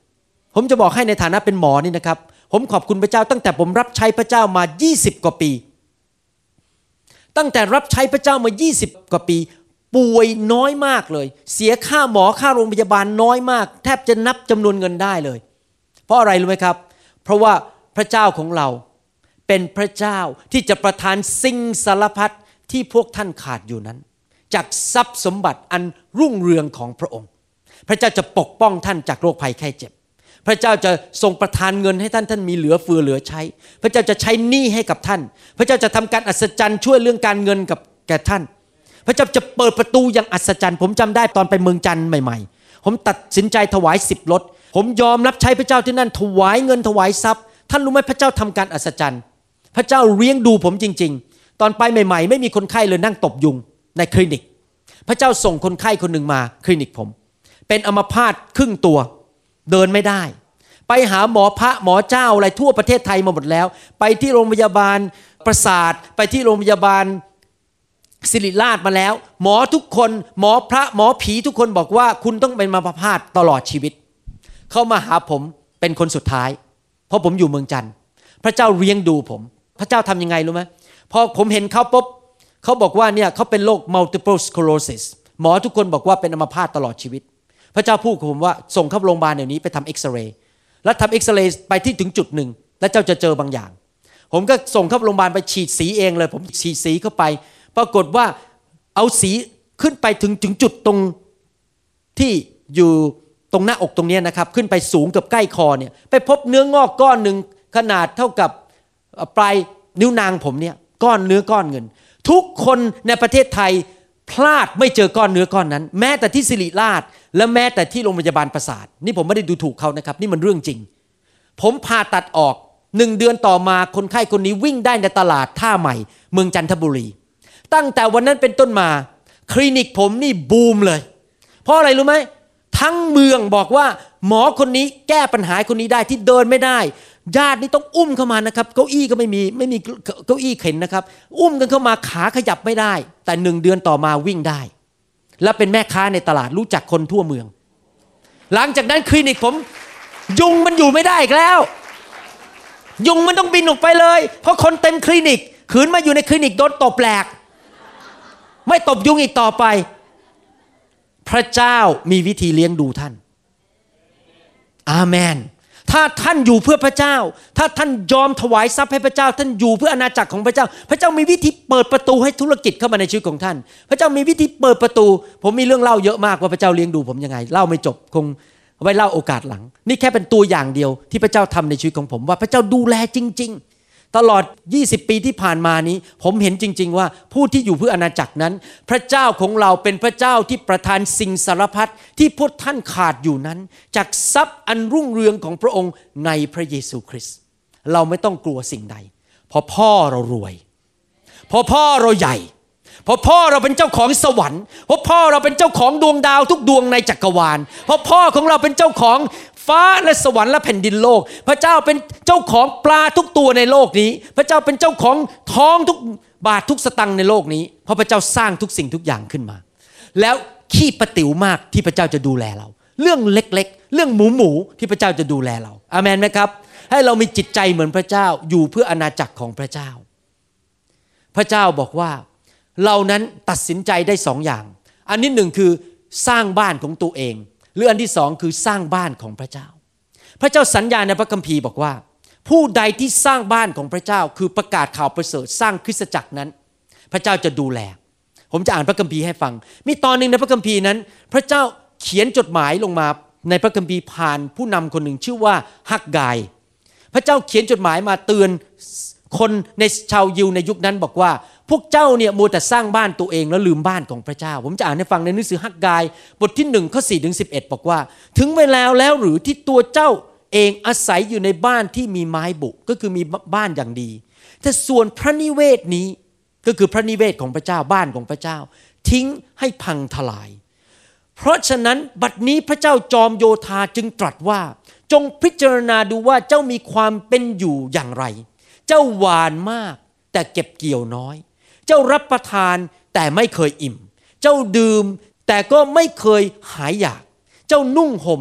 [SPEAKER 2] ผมจะบอกให้ในฐานะเป็นหมอนี่นะครับผมขอบคุณพระเจ้าตั้งแต่ผมรับใช้พระเจ้ามายี่สิบกว่าปีตั้งแต่รับใช้พระเจ้ามายี่สิบกว่าปีป่วยน้อยมากเลยเสียค่าหมอค่าโรงพยาบาลน้อยมากแทบจะนับจำนวนเงินได้เลยเพราะอะไรรู้ไหมครับเพราะว่าพระเจ้าของเราเป็นพระเจ้าที่จะประทานสิ่งสารพัดที่พวกท่านขาดอยู่นั้นจากทรัพย์สมบัติอันรุ่งเรืองของพระองค์พระเจ้าจะปกป้องท่านจากโรคภัยไข้เจ็บพระเจ้าจะทรงประทานเงินให้ท่านท่านมีเหลือเฟือเหลือใช้พระเจ้าจะใช้หนี้ให้กับท่านพระเจ้าจะทำการอัศจรรย์ช่วยเรื่องการเงินกับแก่ท่านพระเจ้าจะเปิดประตูอย่างอัศจรรย์ผมจำได้ตอนไปเมืองจันทร์ใหม่ๆผมตัดสินใจถวายสิบรถผมยอมรับใช้พระเจ้าที่นั่นถวายเงินถวายทรัพย์ท่านรู้ไหมพระเจ้าทำการอัศจรรย์พระเจ้าเลี้ยงดูผมจริงๆตอนไปใหม่ๆไม่มีคนไข้เลยนั่งตบยุงในคลินิกพระเจ้าส่งคนไข้คนหนึ่งมาคลินิกผมเป็นอัมพาตครึ่งตัวเดินไม่ได้ไปหาหมอพระหมอเจ้าอะไรทั่วประเทศไทยมาหมดแล้วไปที่โรงพยาบาลประสาทไปที่โรงพยาบาลศิริราชมาแล้วหมอทุกคนหมอพระหมอผีทุกคนบอกว่าคุณต้องเป็นอัมพาตตลอดชีวิตเข้ามาหาผมเป็นคนสุดท้ายเพราะผมอยู่เมืองจันทร์พระเจ้าเลี้ยงดูผมพระเจ้าทำยังไงรู้ไหมพอผมเห็นเขาปุ๊บเขาบอกว่าเนี่ยเขาเป็นโรค multiple sclerosis หมอทุกคนบอกว่าเป็นอัมพาตตลอดชีวิตพระเจ้าพูดกับผมว่าส่งเข้าโรงพยาบาลเดี๋ยวนี้ไปทำเอ็กซเรย์แล้วทำเอ็กซเรย์ไปที่ถึงจุดหนึ่งแล้วเจ้าจะเจอบางอย่างผมก็ส่งเข้าโรงพยาบาลไปฉีดสีเองเลยผมฉีดสีเข้าไปปรากฏว่าเอาสีขึ้นไปถึงถึงจุดตรงที่อยู่ตรงหน้าอกตรงนี้นะครับขึ้นไปสูงเกือบใกล้คอเนี่ยไปพบเนื้องอกก้อนหนึ่งขนาดเท่ากับปลายนิ้วนางผมเนี่ยก้อนเนื้อก้อนเงินทุกคนในประเทศไทยพลาดไม่เจอก้อนเนื้อก้อนนั้นแม้แต่ที่ศิริราชและแม้แต่ที่โรงพยาบาลประสาทนี่ผมไม่ได้ดูถูกเขานะครับนี่มันเรื่องจริงผมผ่าตัดออกหนึ่งเดือนต่อมาคนไข้คนนี้วิ่งได้ในตลาดท่าใหม่เมืองจันทบุรีตั้งแต่วันนั้นเป็นต้นมาคลินิกผมนี่บูมเลยเพราะอะไรรู้ไหมทั้งเมืองบอกว่าหมอคนนี้แก้ปัญหาคนนี้ได้ที่เดินไม่ได้ญาตินี่ต้องอุ้มเข้ามานะครับเก้าอี้ก็ไม่มีไม่มีเก้าอี้เข็นนะครับอุ้มกันเข้ามาขาขยับไม่ได้แต่หนึ่งเดือนต่อมาวิ่งได้และเป็นแม่ค้าในตลาดรู้จักคนทั่วเมืองหลังจากนั้นคลินิกผมยุงมันอยู่ไม่ได้อีกแล้วยุงมันต้องบินออกไปเลยเพราะคนเต็มคลินิกขืนมาอยู่ในคลินิกโดนตบแหลกไม่ตบยุงอีกต่อไปพระเจ้ามีวิธีเลี้ยงดูท่านอาเมนถ้าท่านอยู่เพื่อพระเจ้าถ้าท่านยอมถวายทรัพย์ให้พระเจ้าท่านอยู่เพื่ออาณาจักรของพระเจ้าพระเจ้ามีวิธีเปิดประตูให้ธุรกิจเข้ามาในชีวิตของท่านพระเจ้ามีวิธีเปิดประตูผมมีเรื่องเล่าเยอะมากว่าพระเจ้าเลี้ยงดูผมยังไงเล่าไม่จบคงไว้เล่าโอกาสหลังนี่แค่เป็นตัวอย่างเดียวที่พระเจ้าทำในชีวิตของผมว่าพระเจ้าดูแลจริงๆตลอดยี่สิบปีที่ผ่านมานี้ผมเห็นจริงๆว่าผู้ที่อยู่เพื่ออาณาจักรนั้นพระเจ้าของเราเป็นพระเจ้าที่ประทานสิ่งสารพัดที่พวกท่านขาดอยู่นั้นจากทรัพย์อันรุ่งเรืองของพระองค์ในพระเยซูคริสต์เราไม่ต้องกลัวสิ่งใดเพราะพ่อเรารวยเพราะพ่อเราใหญ่เพราะพ่อเราเป็นเจ้าของสวรรค์เพราะพ่อเราเป็นเจ้าของดวงดาวทุกดวงในจักรวาลเพราะพ่อของเราเป็นเจ้าของฟ้าและสวรรค์และแผ่นดินโลกพระเจ้าเป็นเจ้าของปลาทุกตัวในโลกนี้พระเจ้าเป็นเจ้าของทองทุกบาททุกสตังค์ในโลกนี้เพราะพระเจ้าสร้างทุกสิ่งทุกอย่างขึ้นมาแล้วขี้ประติ๋วมากที่พระเจ้าจะดูแลเราเรื่องเล็กๆเรื่องหมูหมูที่พระเจ้าจะดูแลเราอาเมนไหมครับให้เรามีจิตใจเหมือนพระเจ้าอยู่เพื่ออาณาจักรของพระเจ้าพระเจ้าบอกว่าเรานั้นตัดสินใจได้สองอย่างอันที่หนึ่งคือสร้างบ้านของตัวเองหรืออันที่สองคือสร้างบ้านของพระเจ้าพระเจ้าสัญญาในพระคัมภีร์บอกว่าผู้ใดที่สร้างบ้านของพระเจ้าคือประกาศข่าวประเสริฐสร้างคริสตจักรนั้นพระเจ้าจะดูแลผมจะอ่านพระคัมภีร์ให้ฟังมีตอนนึงในพระคัมภีร์นั้นพระเจ้าเขียนจดหมายลงมาในพระคัมภีร์ผ่านผู้นำคนหนึ่งชื่อว่าฮักกายพระเจ้าเขียนจดหมายมาเตือนคนในชาวยิวในยุคนั้นบอกว่าพวกเจ้าเนี่ยมัวแต่สร้างบ้านตัวเองแล้วลืมบ้านของพระเจ้าผมจะอ่านให้ฟังในหนังสือฮักกายบทที่หนึ่งข้อสี่ถึงสิบเอ็ดบอกว่าถึงเวลาแล้วหรือที่ตัวเจ้าเองอาศัยอยู่ในบ้านที่มีไม้บุก็คือมีบ้านอย่างดีแต่ส่วนพระนิเวศนี้ก็คือพระนิเวศของพระเจ้าบ้านของพระเจ้าทิ้งให้พังทลายเพราะฉะนั้นบัดนี้พระเจ้าจอมโยธาจึงตรัสว่าจงพิจารณาดูว่าเจ้ามีความเป็นอยู่อย่างไรเจ้าหวานมากแต่เก็บเกี่ยวน้อยเจ้ารับประทานแต่ไม่เคยอิ่มเจ้าดื่มแต่ก็ไม่เคยหายอยากเจ้านุ่งห่ม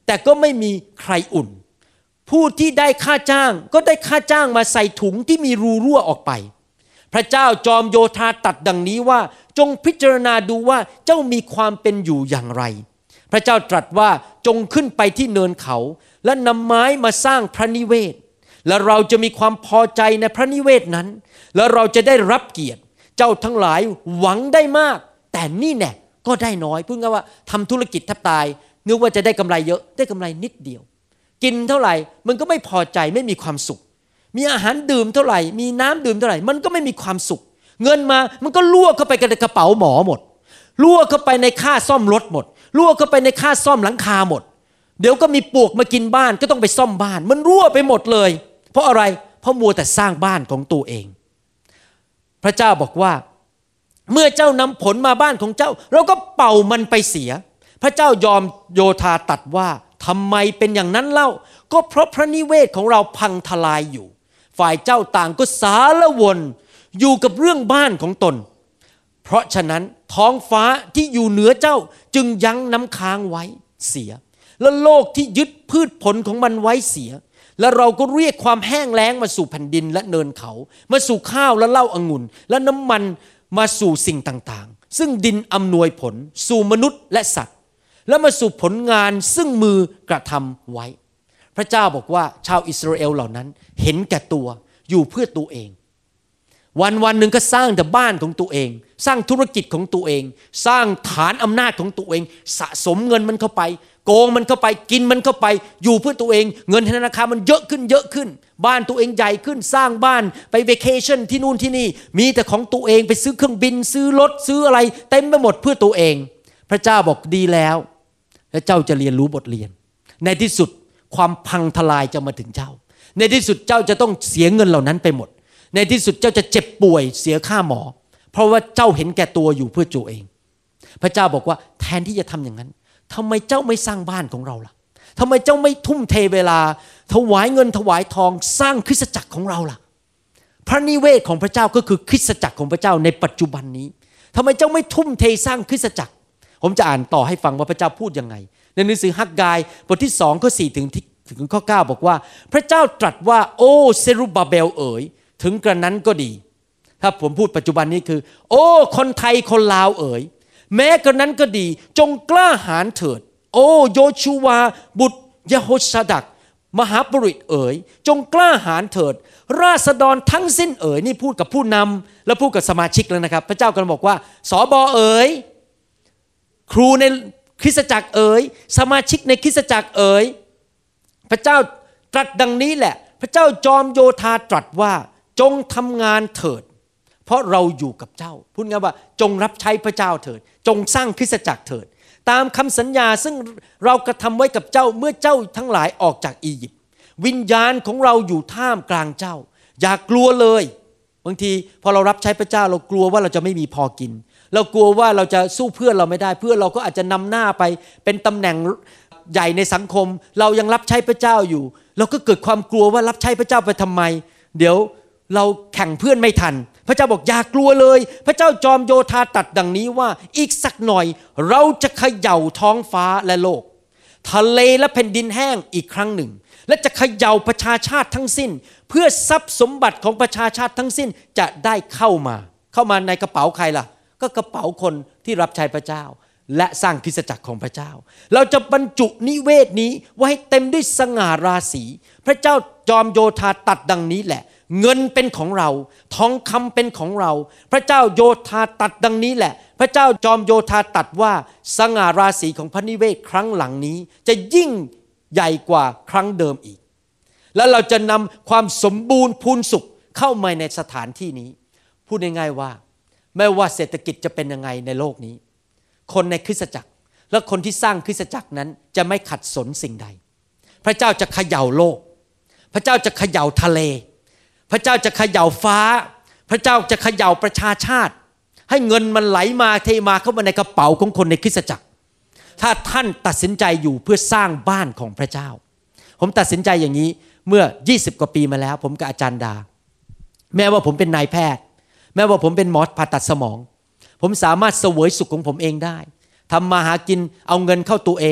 [SPEAKER 3] แต่ก็ไม่มีใครอุ่นผู้ที่ได้ค่าจ้างก็ได้ค่าจ้างมาใส่ถุงที่มีรูรั่วออกไปพระเจ้าจอมโยธาตรัสดังนี้ว่าจงพิจารณาดูว่าเจ้ามีความเป็นอยู่อย่างไรพระเจ้าตรัสว่าจงขึ้นไปที่เนินเขาและนำไม้มาสร้างพระนิเวศและเราจะมีความพอใจในพระนิเวศนั้นและเราจะได้รับเกียรติเจ้าทั้งหลายหวังได้มากแต่นี่แน่ก็ได้น้อยพูดง่ายว่าทำธุรกิจแทบตายนึกว่าจะได้กำไรเยอะได้กำไรนิดเดียวกินเท่าไหร่มันก็ไม่พอใจไม่มีความสุขมีอาหารดื่มเท่าไหร่มีน้ำดื่มเท่าไหร่มันก็ไม่มีความสุขเงินมามันก็รั่วเข้าไปในกระเป๋าหมอหมดรั่วเข้าไปในค่าซ่อมรถหมดรั่วเข้าไปในค่าซ่อมหลังคาหมดเดี๋ยวก็มีปลวกมากินบ้านก็ต้องไปซ่อมบ้านมันรั่วไปหมดเลยเพราะอะไรเพราะมัวแต่สร้างบ้านของตัวเองพระเจ้าบอกว่าเมื่อเจ้านำผลมาบ้านของเจ้าเราก็เป่ามันไปเสียพระเจ้ายอมโยธาตรัสว่าทำไมเป็นอย่างนั้นเล่าก็เพราะพระนิเวศของเราพังทลายอยู่ฝ่ายเจ้าต่างก็สารวนอยู่กับเรื่องบ้านของตนเพราะฉะนั้นท้องฟ้าที่อยู่เหนือเจ้าจึงยั้งน้ำค้างไว้เสียและโลกที่ยึดพืชผลของมันไว้เสียและเราก็เรียกความแห้งแล้งมาสู่แผ่นดินและเนินเขามาสู่ข้าวและเหล้าองุ่นและน้ำมันมาสู่สิ่งต่างๆซึ่งดินอำนวยผลสู่มนุษย์และสัตว์และมาสู่ผลงานซึ่งมือกระทำไว้พระเจ้าบอกว่าชาวอิสราเอลเหล่านั้นเห็นแก่ตัวอยู่เพื่อตัวเองวันวันหนึ่งก็สร้างแต่บ้านของตัวเองสร้างธุรกิจของตัวเองสร้างฐานอำนาจของตัวเองสะสมเงินมันเข้าไปโกงมันเข้าไปกินมันเข้าไปอยู่เพื่อตัวเองเงินธนาคารมันเยอะขึ้นเยอะขึ้นบ้านตัวเองใหญ่ขึ้นสร้างบ้านไปเวเคชั่นที่นู่นที่นี่มีแต่ของตัวเองไปซื้อเครื่องบินซื้อรถซื้ออะไรเต็มไปหมดเพื่อตัวเองพระเจ้าบอกดีแล้วและเจ้าจะเรียนรู้บทเรียนในที่สุดความพังทลายจะมาถึงเจ้าในที่สุดเจ้าจะต้องเสียเงินเหล่านั้นไปหมดในที่สุดเจ้าจะเจ็บป่วยเสียค่าหมอเพราะว่าเจ้าเห็นแก่ตัวอยู่เพื่อตัวเองพระเจ้าบอกว่าแทนที่จะทำอย่างนั้นทำไมเจ้าไม่สร้างบ้านของเราล่ะทำไมเจ้าไม่ทุ่มเทเวลาถวายเงินถวายทองสร้างคริสตจักรของเราล่ะพระนิเวศของพระเจ้าก็คือคริสตจักรของพระเจ้าในปัจจุบันนี้ทำไมเจ้าไม่ทุ่มเทสร้างคริสตจักรผมจะอ่านต่อให้ฟังว่าพระเจ้าพูดยังไงในหนังสือฮักกายบทที่สองข้อสี่ถึงถึงข้อเก้าบอกว่าพระเจ้าตรัสว่าโอ้เซรุบาเบลเอ๋ยถึงกระนั้นก็ดีถ้าผมพูดปัจจุบันนี้คือโอ้คนไทยคนลาวเอ๋ยแม้กระนั้นก็ดีจงกล้าหาญเถิดโอ้โยชูวาบุตรยะโฮชาดักมหาปริตเอ๋ยจงกล้าหาญเถิดราษฎรทั้งสิ้นเอ๋ยนี่พูดกับผู้นำและพูดกับสมาชิกแล้วนะครับพระเจ้ากำลังบอกว่าสบเอ๋ยครูในคริสตจักรเอ๋ยสมาชิกในคริสตจักรเอ๋ยพระเจ้าตรัสดังนี้แหละพระเจ้าจอมโยธาตรัสว่าจงทำงานเถิดเพราะเราอยู่กับเจ้าพูดง่ายว่าจงรับใช้พระเจ้าเถิดจงสร้างคริสตจักรเถิดตามคำสัญญาซึ่งเรากระทำไว้กับเจ้าเมื่อเจ้าทั้งหลายออกจากอียิปต์วิญญาณของเราอยู่ท่ามกลางเจ้าอย่ากลัวเลยบางทีพอเรารับใช้พระเจ้าเรากลัวว่าเราจะไม่มีพอกินเรากลัวว่าเราจะสู้เพื่อนเราไม่ได้เพื่อนเราก็อาจจะนำหน้าไปเป็นตำแหน่งใหญ่ในสังคมเรายังรับใช้พระเจ้าอยู่เราก็เกิดความกลัวว่ารับใช้พระเจ้าไปทำไมเดี๋ยวเราแข่งเพื่อนไม่ทันพระเจ้าบอกอย่ากลัวเลยพระเจ้าจอมโยธาตรัสดังนี้ว่าอีกสักหน่อยเราจะเขย่าท้องฟ้าและโลกทะเลและแผ่นดินแห้งอีกครั้งหนึ่งและจะเขย่าประชาชาติทั้งสิ้นเพื่อทรัพย์สมบัติของประชาชาติทั้งสิ้นจะได้เข้ามาเข้ามาในกระเป๋าใครล่ะก็กระเป๋าคนที่รับใช้พระเจ้าและสร้างคริสตจักรของพระเจ้าเราจะบรรจุนิเวศนี้ไว้ให้เต็มด้วยสง่าราศีพระเจ้าจอมโยธาตรัสดังนี้แหละเงินเป็นของเราทองคำเป็นของเราพระเจ้าโยธาตรัสดังนี้แหละพระเจ้าจอมโยธาตรัสว่าสง่าราศีของพระนิเวศครั้งหลังนี้จะยิ่งใหญ่กว่าครั้งเดิมอีกและเราจะนำความสมบูรณ์พูนสุขเข้ามาในสถานที่นี้พูดง่ายๆว่าไม่ว่าเศรษฐกิจจะเป็นยังไงในโลกนี้คนในคริสตจักรและคนที่สร้างคริสตจักรนั้นจะไม่ขัดสนสิ่งใดพระเจ้าจะเขย่าโลกพระเจ้าจะเขย่าทะเลพระเจ้าจะเขย่าฟ้าพระเจ้าจะเขย่าประชาชาติให้เงินมันไหลมาเทมาเข้ามาในกระเป๋าของคนในคริสตจักรถ้าท่านตัดสินใจอยู่เพื่อสร้างบ้านของพระเจ้าผมตัดสินใจอย่างนี้เมื่อยี่สิบกว่าปีมาแล้วผมกับอาจารย์ดาแม้ว่าผมเป็นนายแพทย์แม้ว่าผมเป็นหมอผ่าตัดสมองผมสามารถเสวยสุขของผมเองได้ทำมาหากินเอาเงินเข้าตัวเอง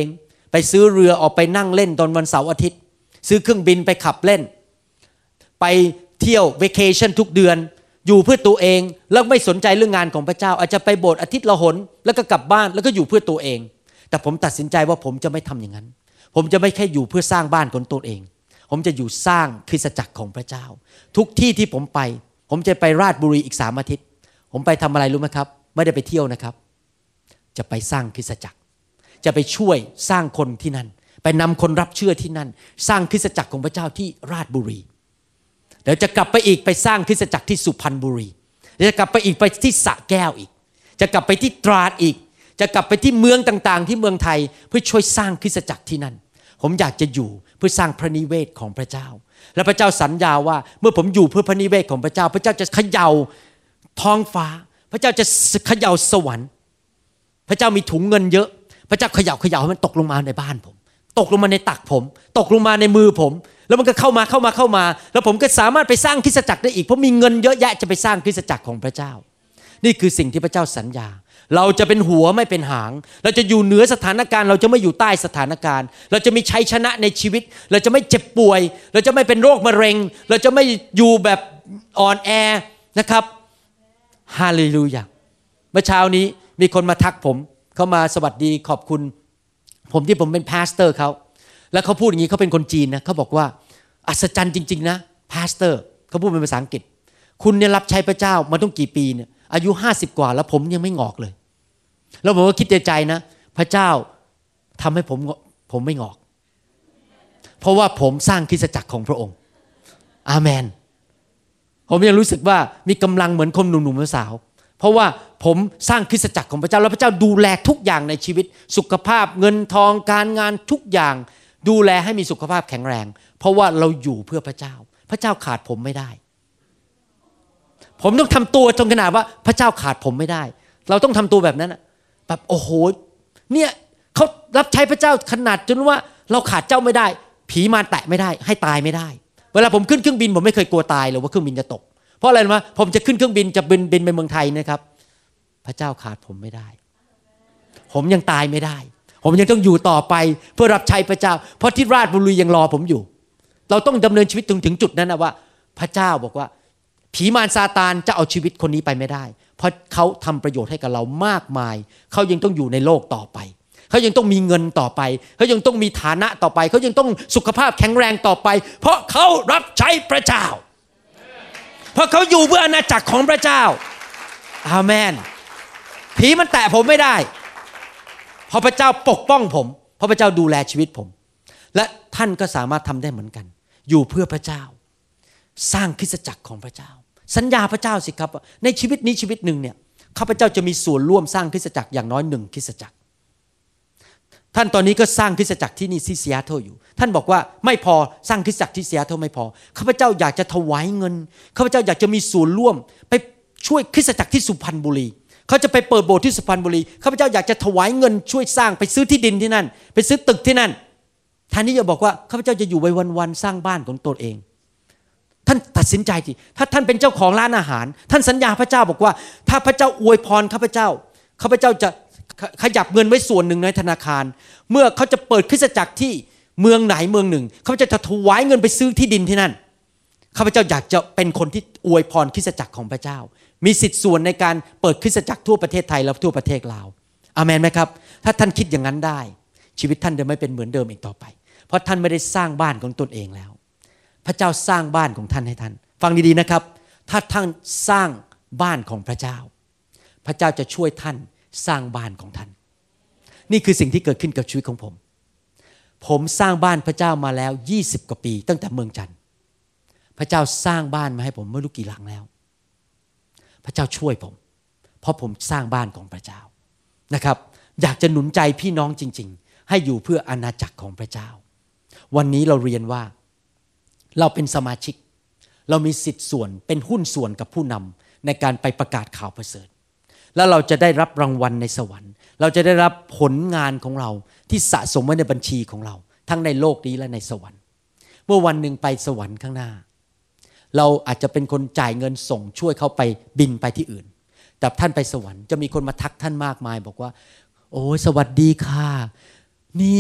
[SPEAKER 3] ไปซื้อเรือออกไปนั่งเล่นตอนวันเสาร์อาทิตย์ซื้อเครื่องบินไปขับเล่นไปเที่ยวเวเคชั่นทุกเดือนอยู่เพื่อตัวเองแล้วไม่สนใจเรื่องงานของพระเจ้าอาจจะไปโบสถ์อาทิตย์ละหนแล้วก็กลับบ้านแล้วก็อยู่เพื่อตัวเองแต่ผมตัดสินใจว่าผมจะไม่ทำอย่างนั้นผมจะไม่แค่อยู่เพื่อสร้างบ้านของตัวเองผมจะอยู่สร้างคริสตจักรของพระเจ้าทุกที่ที่ผมไปผมจะไปราชบุรีอีกสามอาทิตย์ผมไปทำอะไรรู้ไหมครับไม่ได้ไปเที่ยวนะครับจะไปสร้างคริสตจักรจะไปช่วยสร้างคนที่นั่นไปนำคนรับเชื่อที่นั่นสร้างคริสตจักรของพระเจ้าที่ราชบุรีเดี๋ยวจะกลับไปอีกไปสร้างคริสตจักรที่สุพรรณบุรีเดี๋ยวจะกลับไปอีกไปที่สระแก้วอีกจะกลับไปที่ตราดอีกจะกลับไปที่เมืองต่างๆที่เมืองไทยเพื่อช่วยสร้างคริสตจักรที่นั่นผมอยากจะอยู่เพื่อสร้างพระนิเวศของพระเจ้าและพระเจ้าสัญญาว่าเมื่อผมอยู่เพื่อพระนิเวศของพระเจ้าพระเจ้าจะเขย่าท้องฟ้าพระเจ้าจะเขย่าสวรรค์พระเจ้ามีถุงเงินเยอะพระเจ้าเขย่าเขย่าให้มันตกลงมาในบ้านผมตกลงมาในตักผมตกลงมาในมือผมแล้วมันก็เข้ามาเข้ามาเข้ามาแล้วผมก็สามารถไปสร้างคริสตจักรได้อีกเพราะมีเงินเยอะแยะจะไปสร้างคริสตจักรของพระเจ้านี่คือสิ่งที่พระเจ้าสัญญาเราจะเป็นหัวไม่เป็นหางเราจะอยู่เหนือสถานการณ์เราจะไม่อยู่ใต้สถานการณ์เราจะมีชัยชนะในชีวิตเราจะไม่เจ็บป่วยเราจะไม่เป็นโรคมะเร็งเราจะไม่อยู่แบบอ่อนแอนะครับฮาเลลูยาเมื่อเช้านี้มีคนมาทักผมเขามาสวัสดีขอบคุณผมที่ผมเป็นพาสเตอร์เขาแล้วเขาพูดอย่างนี้เขาเป็นคนจีนนะเขาบอกว่าอัศจรรย์จริงๆนะพาสเตอร์เขาพูดเป็นภาษาอังกฤษคุณเนี่ยรับใช้พระเจ้ามาต้องกี่ปีเนี่ยอายุห้าสิบกว่าแล้วผมยังไม่งอกเลยแล้วผมก็คิดในใจนะพระเจ้าทำให้ผมผมไม่งอกเพราะว่าผมสร้างคริสตจักรของพระองค์อาเมนผมยังรู้สึกว่ามีกำลังเหมือนคนหนุ่มๆสาวเพราะว่าผมสร้างคริสตจักรของพระเจ้าแล้วพระเจ้าดูแลทุกอย่างในชีวิตสุขภาพเงินทองการงานทุกอย่างดูแลให้มีสุขภาพแข็งแรงเพราะว่าเราอยู่เพื่อพระเจ้าพระเจ้าขาดผมไม่ได้ผมต้องทำตัวจนขนาดว่าพระเจ้าขาดผมไม่ได้เราต้องทำตัวแบบนั้นแบบโอ้โหเนี่ยเขารับใช้พระเจ้าขนาดจนว่าเราขาดเจ้าไม่ได้ผีมารแตะไม่ได้ให้ตายไม่ได้เวลาผมขึ้นเครื่องบินผมไม่เคยกลัวตายเลยว่าเครื่องบินจะตกเพราะอะไรรู้ไหมผมจะขึ้นเครื่องบินจะบินบินไปเมืองไทยนะครับพระเจ้าขาดผมไม่ได้ผมยังตายไม่ได้ผมยังต้องอยู่ต่อไปเพื่อรับใช้พระเจ้าเพราะที่ราชบุรียังรอผมอยู่เราต้องดำเนินชีวิตถึงถึงจุดนั้นนะว่าพระเจ้าบอกว่าผีมารซาตานจะเอาชีวิตคนนี้ไปไม่ได้เพราะเขาทำประโยชน์ให้กับเรามากมายเขายังต้องอยู่ในโลกต่อไปเขายังต้องมีเงินต่อไปเขายังต้องมีฐานะต่อไปเขายังต้องสุขภาพแข็งแรงต่อไปเพราะเขารับใช้พระเจ้าเพราะเขาอยู่เพื่ออาณาจักรของพระเจ้าอาเมนผีมันแตะผมไม่ได้เพราะพระเจ้าปกป้องผมเพราะพระเจ้าดูแลชีวิตผมและท่านก็สามารถทำได้เหมือนกันอยู่เพื่อพระเจ้าสร้างคริสตจักรของพระเจ้าสัญญาพระเจ้าสิครับในชีวิตนี้ชีวิตหนึ่งเนี่ยข้าพเจ้าจะมีส่วนร่วมสร้างคริสตจักรอย่างน้อยหนึ่งคริสตจักรท่านตอนนี้ก็สร้างคริสตจักรที่นี่ที่ซีแอตเทิลอยู่ท่านบอกว่าไม่พอสร้างคริสตจักรที่ซีแอตเทิลไม่พอข้าพเจ้าอยากจะถวายเงินข้าพเจ้าอยากจะมีส่วนร่วมไปช่วยคริสตจักรที่สุพรรณบุรีเขาจะไปเปิดโบสถ์ที่สุพรรณบุรีข้าพเจ้าอยากจะถวายเงินช่วยสร้างไปซื้อที่ดินที่นั่นไปซื้อตึกที่นั่นท่านนี้จะบอกว่าข้าพเจ้าจะอยู่ไปวันๆสร้างบ้านของตนเองท่านตัดสินใจสิถ้าท่านเป็นเจ้าของร้านอาหารท่านสัญญาพระเจ้าบอกว่าถ้าพระเจ้าอวยพรข้าพเจ้าข้าพเจ้าจะขยับเงินไว้ส่วนหนึ่งในธนาคารเมื่อเขาจะเปิดคริสตจักรที่เมืองไหนเมืองหนึ่งข้าพเจ้าจะถวายเงินไปซื้อที่ดินที่นั่นข้าพเจ้าอยากจะเป็นคนที่อวยพรคริสตจักรของพระเจ้ามีสิทธิส่วนในการเปิดคริสตจักรทั่วประเทศไทยและทั่วประเทศลาวอาเมนไหมครับถ้าท่านคิดอย่างนั้นได้ชีวิตท่านจะไม่เป็นเหมือนเดิมอีกต่อไปเพราะท่านไม่ได้สร้างบ้านของตนเองแล้วพระเจ้าสร้างบ้านของท่านให้ท่านฟังดีๆนะครับถ้าท่านสร้างบ้านของพระเจ้าพระเจ้าจะช่วยท่านสร้างบ้านของท่านนี่คือสิ่งที่เกิดขึ้นกับชีวิตของผมผมสร้างบ้านพระเจ้ามาแล้วยี่สิบกว่าปีตั้งแต่เมืองจันทร์พระเจ้าสร้างบ้านมาให้ผมไม่รู้กี่หลังแล้วพระเจ้าช่วยผมเพราะผมสร้างบ้านของพระเจ้านะครับอยากจะหนุนใจพี่น้องจริงๆให้อยู่เพื่ออาณาจักรของพระเจ้าวันนี้เราเรียนว่าเราเป็นสมาชิกเรามีสิทธิส่วนเป็นหุ้นส่วนกับผู้นำในการไปประกาศข่าวประเสริฐแล้วเราจะได้รับรางวัลในสวรรค์เราจะได้รับผลงานของเราที่สะสมไว้ในบัญชีของเราทั้งในโลกนี้และในสวรรค์เมื่อวันหนึ่งไปสวรรค์ข้างหน้าเราอาจจะเป็นคนจ่ายเงินส่งช่วยเขาไปบินไปที่อื่นแต่ท่านไปสวรรค์จะมีคนมาทักท่านมากมายบอกว่าโอ้ยสวัสดีค่ะเนี่ย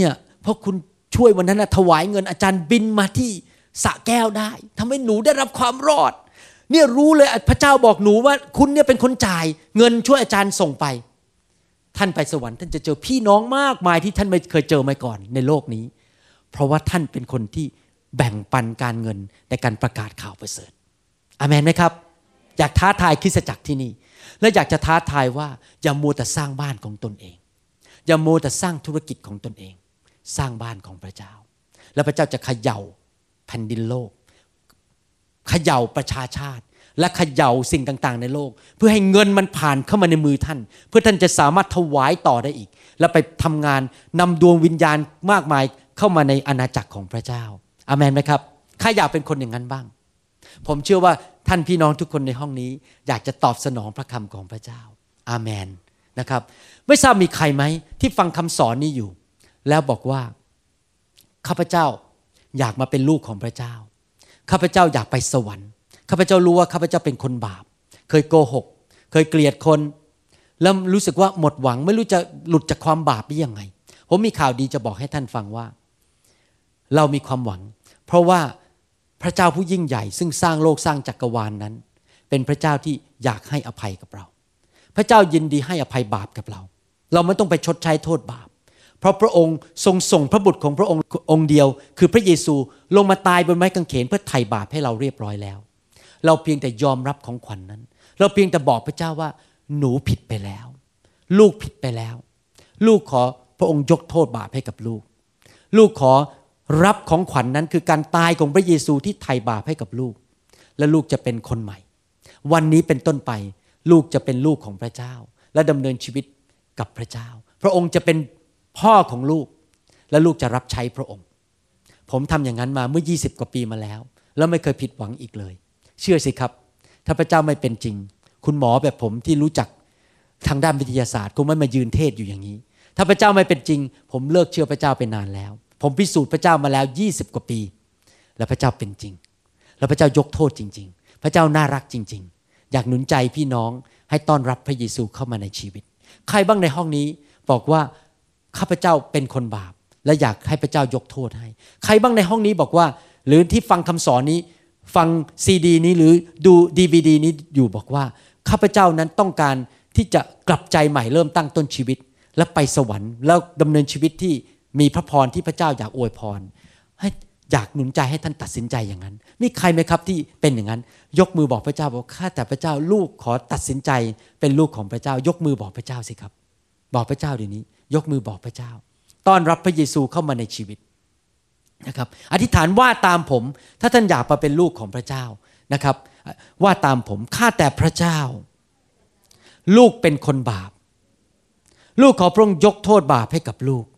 [SPEAKER 3] เพราะคุณช่วยวันนั้นนะถวายเงินอาจารย์บินมาที่สระแก้วได้ทำให้หนูได้รับความรอดเนี่ยรู้เลยพระเจ้าบอกหนูว่าคุณเนี่ยเป็นคนจ่ายเงินช่วยอาจารย์ส่งไปท่านไปสวรรค์ท่านจะเจอพี่น้องมากมายที่ท่านไม่เคยเจอมาก่อนในโลกนี้เพราะว่าท่านเป็นคนที่แบ่งปันการเงินในการประกาศข่าวประเสริฐอาเมนไหมครับอยากท้าทายคริสตจักรที่นี่และอยากจะท้าทายว่าอย่ามัวแต่สร้างบ้านของตนเองอย่ามัวแต่สร้างธุรกิจของตนเองสร้างบ้านของพระเจ้าแล้วพระเจ้าจะเขย่าแผ่นดินโลกเขย่าประชาชาติและเขย่าสิ่งต่างๆในโลกเพื่อให้เงินมันผ่านเข้ามาในมือท่านเพื่อท่านจะสามารถถวายต่อได้อีกและไปทำงานนำดวงวิญญาณมากมายเข้ามาในอาณาจักรของพระเจ้าอาเมนไหมครับใครอยากเป็นคนอย่างนั้นบ้างผมเชื่อว่าท่านพี่น้องทุกคนในห้องนี้อยากจะตอบสนองพระคำของพระเจ้าอาเมนนะครับไม่ทราบมีใครไหมที่ฟังคำสอนนี้อยู่แล้วบอกว่าข้าพเจ้าอยากมาเป็นลูกของพระเจ้าข้าพเจ้าอยากไปสวรรค์ข้าพเจ้ารู้ว่าข้าพเจ้าเป็นคนบาปเคยโกหกเคยเกลียดคนแล้วรู้สึกว่าหมดหวังไม่รู้จะหลุดจากความบาปได้ยังไงผมมีข่าวดีจะบอกให้ท่านฟังว่าเรามีความหวังเพราะว่าพระเจ้าผู้ยิ่งใหญ่ซึ่งสร้างโลกสร้างจักรวาล น, นั้นเป็นพระเจ้าที่อยากให้อภัยกับเราพระเจ้ายินดีให้อภัยบาปกับเราเราไม่ต้องไปชดใช้โทษบาปเพราะพระองค์ทรงส่งพระบุตรของพระองค์องค์เดียวคือพระเยซูลงมาตายบนไม้กางเขนเพื่อไถ่บาปให้เราเรียบร้อยแล้วเราเพียงแต่ยอมรับของขวัญ น, นั้นเราเพียงแต่บอกพระเจ้าว่าหนูผิดไปแล้วลูกผิดไปแล้วลูกขอพระองค์ยกโทษบาปให้กับลูกลูกขอรับของขวัญ น, นั้นคือการตายของพระเยซูที่ไถ่บาปให้กับลูกและลูกจะเป็นคนใหม่วันนี้เป็นต้นไปลูกจะเป็นลูกของพระเจ้าและดำเนินชีวิตกับพระเจ้าพระองค์จะเป็นพ่อของลูกและลูกจะรับใช้พระองค์ผมทำอย่างนั้นมาเมื่อยี่สิบกว่าปีมาแล้วแล้วไม่เคยผิดหวังอีกเลยเชื่อสิครับถ้าพระเจ้าไม่เป็นจริงคุณหมอแบบผมที่รู้จักทางด้านวิทยาศาสตร์คงไม่มายืนเทศอยู่อย่างนี้ถ้าพระเจ้าไม่เป็นจริงผมเลิกเชื่อพระเจ้าไปนานแล้วผมพิสูจน์พระเจ้ามาแล้วยี่สิบกว่าปีและพระเจ้าเป็นจริงแล้วพระเจ้ายกโทษจริงๆพระเจ้าน่ารักจริงๆอยากหนุนใจพี่น้องให้ต้อนรับพระเยซูเข้ามาในชีวิตใครบ้างในห้องนี้บอกว่าข้าพเจ้าเป็นคนบาปและอยากให้พระเจ้ายกโทษให้ใครบ้างในห้องนี้บอกว่าหรือที่ฟังคำสอนนี้ฟังซีดีนี้หรือดู ดี วี ดี นี้อยู่บอกว่าข้าพเจ้านั้นต้องการที่จะกลับใจใหม่เริ่มตั้งต้นชีวิตและไปสวรรค์แล้วดำเนินชีวิตที่มีพระพรที่พระเจ้าอยากอวยพรให้อยากหนุนใจให้ท่านตัดสินใจอย่างนั้นมีใครไหมครับที่เป็นอย่างนั้นยกมือบอกพระเจ้าบอกข้าแต่พระเจ้าลูกขอตัดสินใจเป็นลูกของพระเจ้ายกมือบอกพระเจ้าสิครับบอกพระเจ้าเดี๋ยวนี้ยกมือบอกพระเจ้าต้อนรับพระเยซูเข้ามาในชีวิตนะครับอธิษฐานว่าตามผมถ้าท่านอยากมาเป็นลูกของพระเจ้านะครับว่าตามผมข้าแต่พระเจ้าลูกเป็นคนบาปลูกขอพระองค์ยกโทษบาปให้กับลูก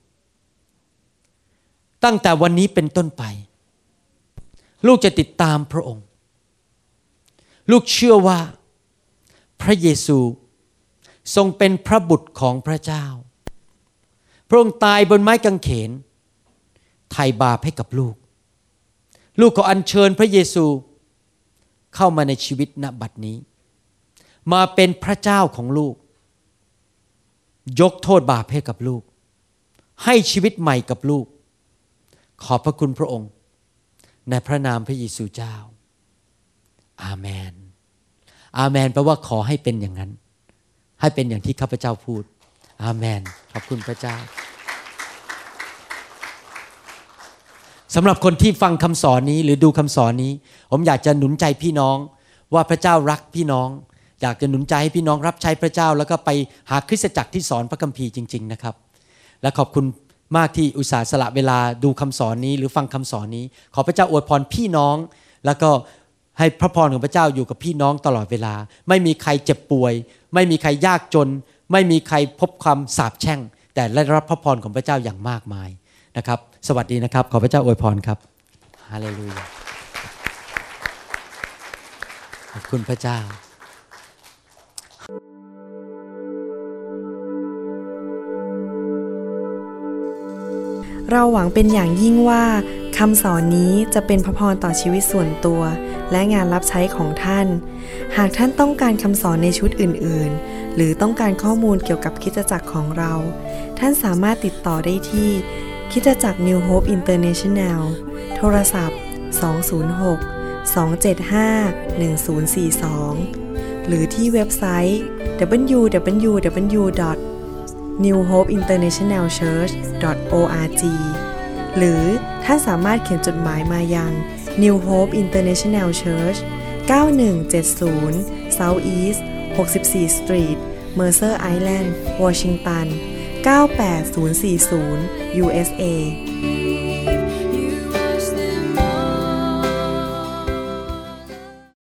[SPEAKER 3] ตั้งแต่วันนี้เป็นต้นไปลูกจะติดตามพระองค์ลูกเชื่อว่าพระเยซูทรงเป็นพระบุตรของพระเจ้าพระองค์ตายบนไม้กางเขนไถ่บาปให้กับลูกลูกขออัญเชิญพระเยซูเข้ามาในชีวิตณบัดนี้มาเป็นพระเจ้าของลูกยกโทษบาปให้กับลูกให้ชีวิตใหม่กับลูกขอบพระคุณพระองค์ในพระนามพระเยซูเจ้าอาเมนอาเมนแปลว่าขอให้เป็นอย่างนั้นให้เป็นอย่างที่ข้าพเจ้าพูดอาเมนขอบคุณพระเจ้าสำหรับคนที่ฟังคำสอนนี้หรือดูคำสอนนี้ผมอยากจะหนุนใจพี่น้องว่าพระเจ้ารักพี่น้องอยากจะหนุนใจให้พี่น้องรับใช้พระเจ้าแล้วก็ไปหาคริสตจักรที่สอนพระคัมภีร์จริงๆนะครับและขอบคุณมากที่อุตส่าห์สละเวลาดูคำสอนนี้หรือฟังคำสอนนี้ขอพระเจ้าอวยพรพี่น้องแล้วก็ให้พระพรของพระเจ้าอยู่กับพี่น้องตลอดเวลาไม่มีใครเจ็บป่วยไม่มีใครยากจนไม่มีใครพบความสาปแช่งแต่ได้รับพระพรของพระเจ้าอย่างมากมายนะครับสวัสดีนะครับขอพระเจ้าอวยพรครับฮาเลลูยาขอบคุณพระเจ้า
[SPEAKER 1] เราหวังเป็นอย่างยิ่งว่าคำสอนนี้จะเป็นพระพรต่อชีวิตส่วนตัวและงานรับใช้ของท่านหากท่านต้องการคำสอนในชุดอื่นๆหรือต้องการข้อมูลเกี่ยวกับคริสตจักรของเราท่านสามารถติดต่อได้ที่คริสตจักร New Hope International โทรศัพท์สอง ศูนย์ หก สอง เจ็ด ห้า หนึ่ง ศูนย์ สี่ สอง หรือที่เว็บไซต์ ดับเบิลยู ดับเบิลยู ดับเบิลยู ดอท นิว โฮป อินเตอร์เนชั่นแนล เชิร์ช ดอท โอ อาร์ จี หรือท่านสามารถเขียนจดหมายมายัง New Hope International Church เก้าหนึ่งเจ็ดศูนย์ South East หกสิบสี่ Street Mercer Island Washington เก้าแปดศูนย์สี่ศูนย์ ยู เอส เอ